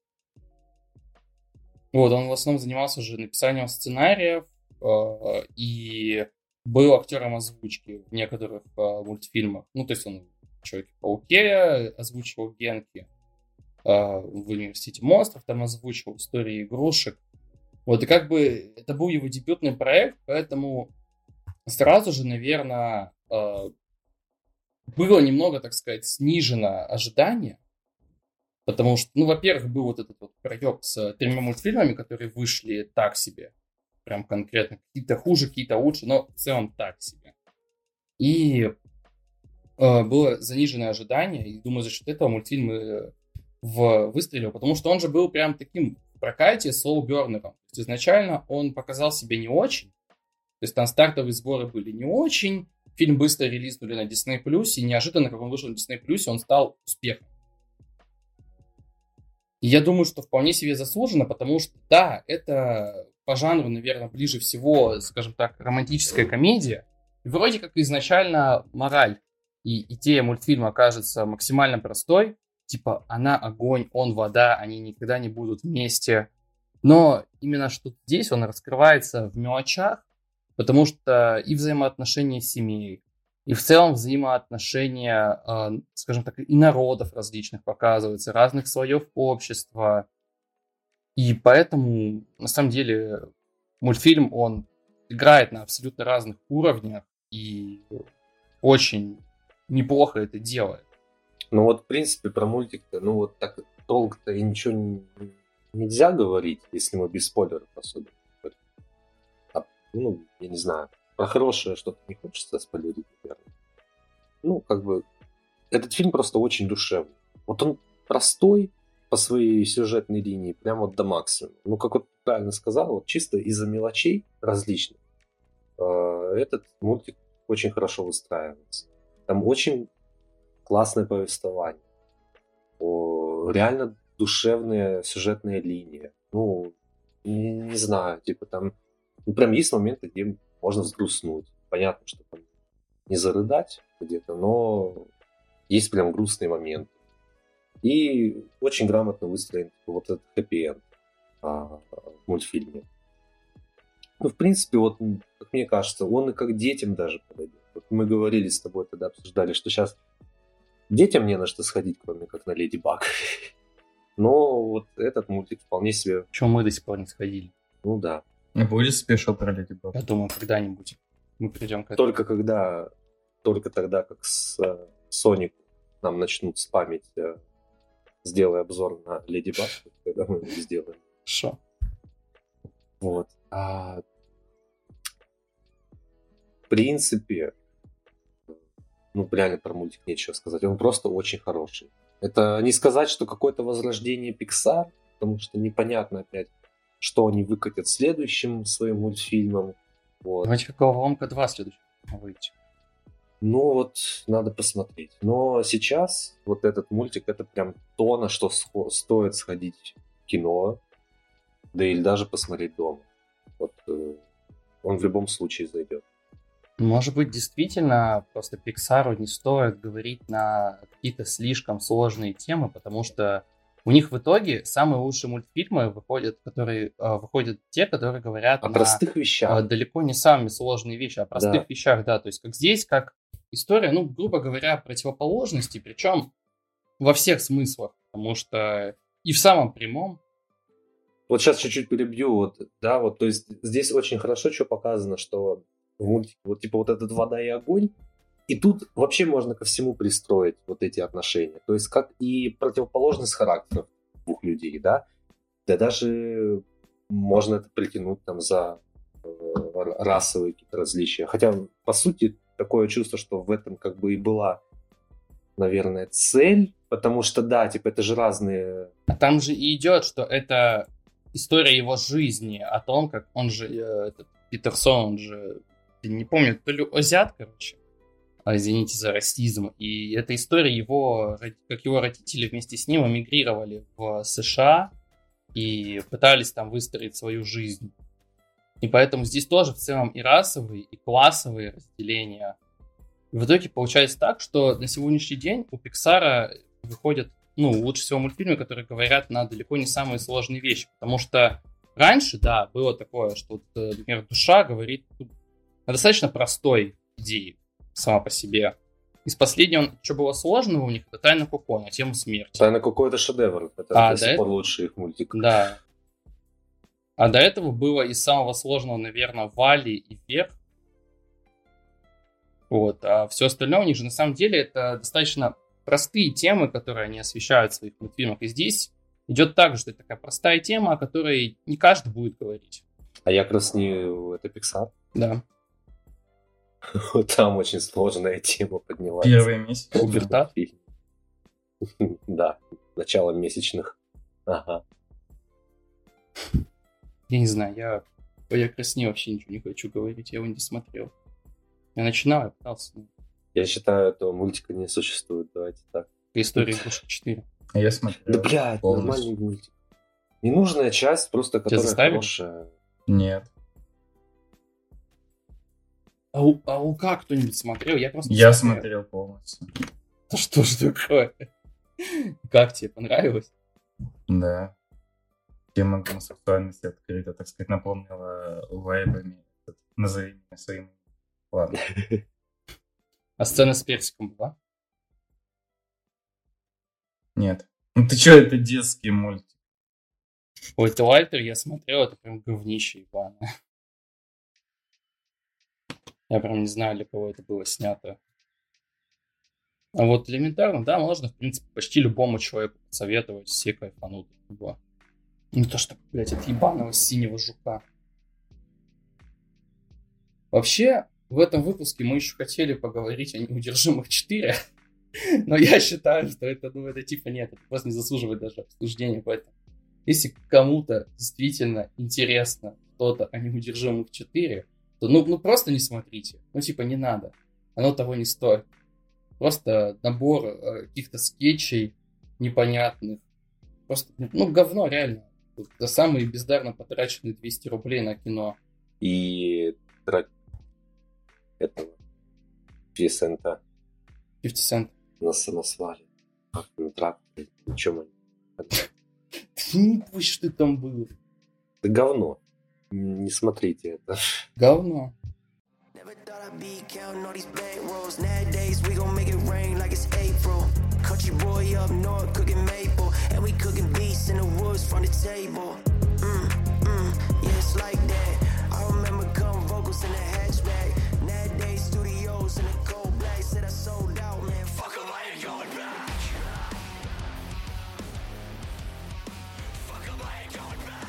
Вот, он в основном занимался же написанием сценариев, э, и был актером озвучки в некоторых э, мультфильмах. Ну, то есть он в «Человеке-пауке» озвучивал Генки, э, в «Университете монстров» там озвучивал «Истории игрушек». Вот, и как бы это был его дебютный проект, поэтому сразу же, наверное, э, было немного, так сказать, снижено ожидание, потому что, ну, во-первых, был вот этот вот проеб с тремя мультфильмами, которые вышли так себе, прям конкретно, какие-то хуже, какие-то лучше, но в целом так себе. И э, было заниженное ожидание, и думаю, за счет этого мультфильм э, в, выстрелил, потому что он же был прям таким в прокате слоу-бернером. То есть изначально он показал себя не очень, то есть там стартовые сборы были не очень, фильм быстро релизнули на Disney+, и неожиданно, как он вышел на Disney+, он стал успехом. И я думаю, что вполне себе заслуженно, потому что, да, это по жанру, наверное, ближе всего, скажем так, романтическая комедия. И вроде как изначально мораль и идея мультфильма кажется максимально простой. Типа, она огонь, он вода, они никогда не будут вместе. Но именно что здесь он раскрывается в мелочах, потому что и взаимоотношения семей, и в целом взаимоотношения, э, скажем так, и народов различных показываются, разных слоев общества. И поэтому, на самом деле, мультфильм, он играет на абсолютно разных уровнях и очень неплохо это делает. Ну вот, в принципе, про мультик-то, ну вот так толк-то и ничего не, нельзя говорить, если мы без спойлеров особенно. А, ну, я не знаю, про хорошее что-то не хочется спойлерить, наверное. Ну, как бы, этот фильм просто очень душевный. Вот он простой по своей сюжетной линии, прям вот до максимума. Ну, как вот правильно сказал, вот чисто из-за мелочей различных э, этот мультик очень хорошо выстраивается. Там очень классное повествование. О, реально душевная сюжетная линия. Ну, не, не знаю, типа там... Ну, прям есть моменты, где можно взгрустнуть. Понятно, что там не зарыдать где-то, но есть прям грустные моменты. И очень грамотно выстроен вот этот хэппи-энд а, в мультфильме. Ну, в принципе, вот, как мне кажется, он и как детям даже подойдет. Вот мы говорили с тобой, тогда обсуждали, что сейчас детям не на что сходить, кроме как на Леди Баг. Но вот этот мультик вполне себе... Чего мы до сих пор не сходили? Ну да. Будет спешл про Леди Баг? Я думаю, когда-нибудь мы придем к этому. Только когда... Только тогда, как с Sonic нам начнут спамить, сделай обзор на Леди Баг, тогда мы его сделаем. Хорошо. Вот. А... В принципе, ну, реально про мультик нечего сказать. Он просто очень хороший. Это не сказать, что какое-то возрождение Pixar, потому что непонятно опять, что они выкатят следующим своим мультфильмом. Вот. Давайте как Головоломка два следующий выйти. Ну вот, надо посмотреть. Но сейчас вот этот мультик, это прям то, на что схо- стоит сходить в кино, да или даже посмотреть дома. Вот э, он в любом случае зайдет. Может быть, действительно, просто Pixar не стоит говорить на какие-то слишком сложные темы, потому что у них в итоге самые лучшие мультфильмы выходят, которые э, выходят те, которые говорят О на простых вещах. э, далеко не самые сложные вещи, а о простых Да. вещах, да. То есть как здесь, как история, ну, грубо говоря, противоположности, причем во всех смыслах, потому что и в самом прямом. Вот сейчас чуть-чуть перебью, вот, да, вот, то есть здесь очень хорошо что показано, что в мультике, вот, типа, вот этот вода и огонь, и тут вообще можно ко всему пристроить вот эти отношения, то есть как и противоположность характеров двух людей, да, да даже можно это притянуть там за э, расовые какие-то различия, хотя, по сути, такое чувство, что в этом как бы и была, наверное, цель, потому что, да, типа, это же разные... А там же и идет, что это история его жизни, о том, как он же, э, этот Питерсон, он же, я не помню, то ли азиат, короче, а, извините за расизм, и эта история его, как его родители вместе с ним эмигрировали в США и пытались там выстроить свою жизнь. И поэтому здесь тоже в целом и расовые, и классовые разделения. И в итоге получается так, что на сегодняшний день у Pixar выходят, ну, лучше всего мультфильмы, которые говорят на далеко не самые сложные вещи. Потому что раньше, да, было такое, что, вот, например, душа говорит о достаточно простой идее сама по себе. Из последнего, что было сложного у них, это «Тайна Коко» на тему смерти. «Тайна Коко» — это шедевр. Это А, до сих да, пор это... лучший их мультик. Да. А до этого было из самого сложного, наверное, «Валли» и «Вверх». Вот. А все остальное у них же на самом деле это достаточно простые темы, которые они освещают в своих мультфильмах. И здесь идет так же, что это такая простая тема, о которой не каждый будет говорить. А я как раз не... Это Pixar. Да. Там очень сложная тема поднялась. Первый месяц. Пубертат? Да, начало месячных. Ага. Я не знаю, я по «Я красне» вообще ничего не хочу говорить, я его не смотрел. Я начинал, я пытался. но Я считаю, этого мультика не существует. Давайте так. По истории игрушек четыре. А я смотрел. Да, блядь, полностью. нормальный мультик. Ненужная часть, просто которая заставили? хорошая. Нет. А у, а у как кто-нибудь смотрел? Я просто Я смотрел. смотрел полностью. Да что ж такое? Как тебе, понравилось? Да. Тема гомосексуальности открыта, так сказать, напомнила вайбами. Назови меня своим. Ладно. А сцена с персиком была? Нет. Ну ты чё, это детский мультик. Ой, Твайлайтер я смотрел, это прям говнище ебаное. Я прям не знаю, для кого это было снято. А вот элементарно, да, можно, в принципе, почти любому человеку посоветовать, все кайфанут от него. Не то что, блядь, от ебаного синего жука. Вообще, в этом выпуске мы еще хотели поговорить о «Неудержимых четыре», но я считаю, что это, ну, это типа нет, это просто не заслуживает даже обсуждения, поэтому если кому-то действительно интересно что-то о «Неудержимых четыре», то ну, ну просто не смотрите, ну типа не надо, оно того не стоит. Просто набор э, каких-то скетчей непонятных, просто, ну говно реально. Это самые бездарно потраченные двести рублей на кино. И трек этого пятьдесят цента пятьдесят Cent. на самосвале. Как на тракторе. Ничем они. Ты не пусть, что ты там был. Да говно. Не смотрите это. Говно. Never thought I'd be counting all these bankrolls. Nowadays we gon' make it rain like it's April. Country boy up north cooking maple, and we cooking beasts in the woods from the table. Mm, mm, yeah, it's like that. I remember cutting vocals in the hatchback. Nowadays studios in the cold black. Said I sold out, man. Fuck 'em, I ain't going back. Fuck 'em, I ain't going back.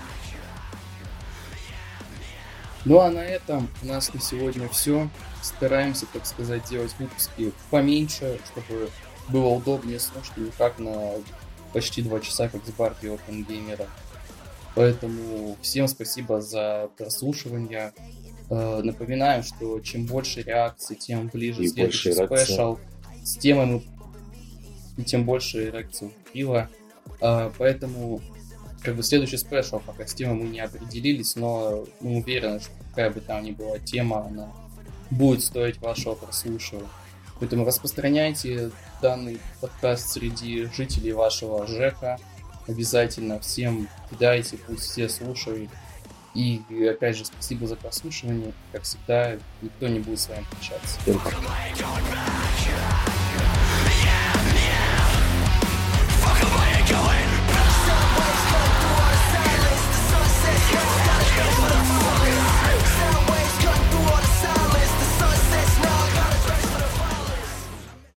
Ну а на этом у нас на сегодня все. Стараемся, так сказать, делать выпуски поменьше, чтобы было удобнее слушать, не как на почти два часа, как с Барби Опенгеймера. Поэтому всем спасибо за прослушивание. Э, напоминаю, что чем больше реакций, тем ближе И следующий больше реакций. спешл. С темой мы... И тем больше реакций у пива. Э, поэтому как бы следующий спешл, пока с темой мы не определились, но мы уверены, что какая бы там ни была тема, она будет стоить вашего прослушивания. Поэтому распространяйте данный подкаст среди жителей вашего ЖЭКа. Обязательно всем кидайте, пусть все слушают. И опять же, спасибо за прослушивание. Как всегда, никто не будет с вами прощаться. Всем пока.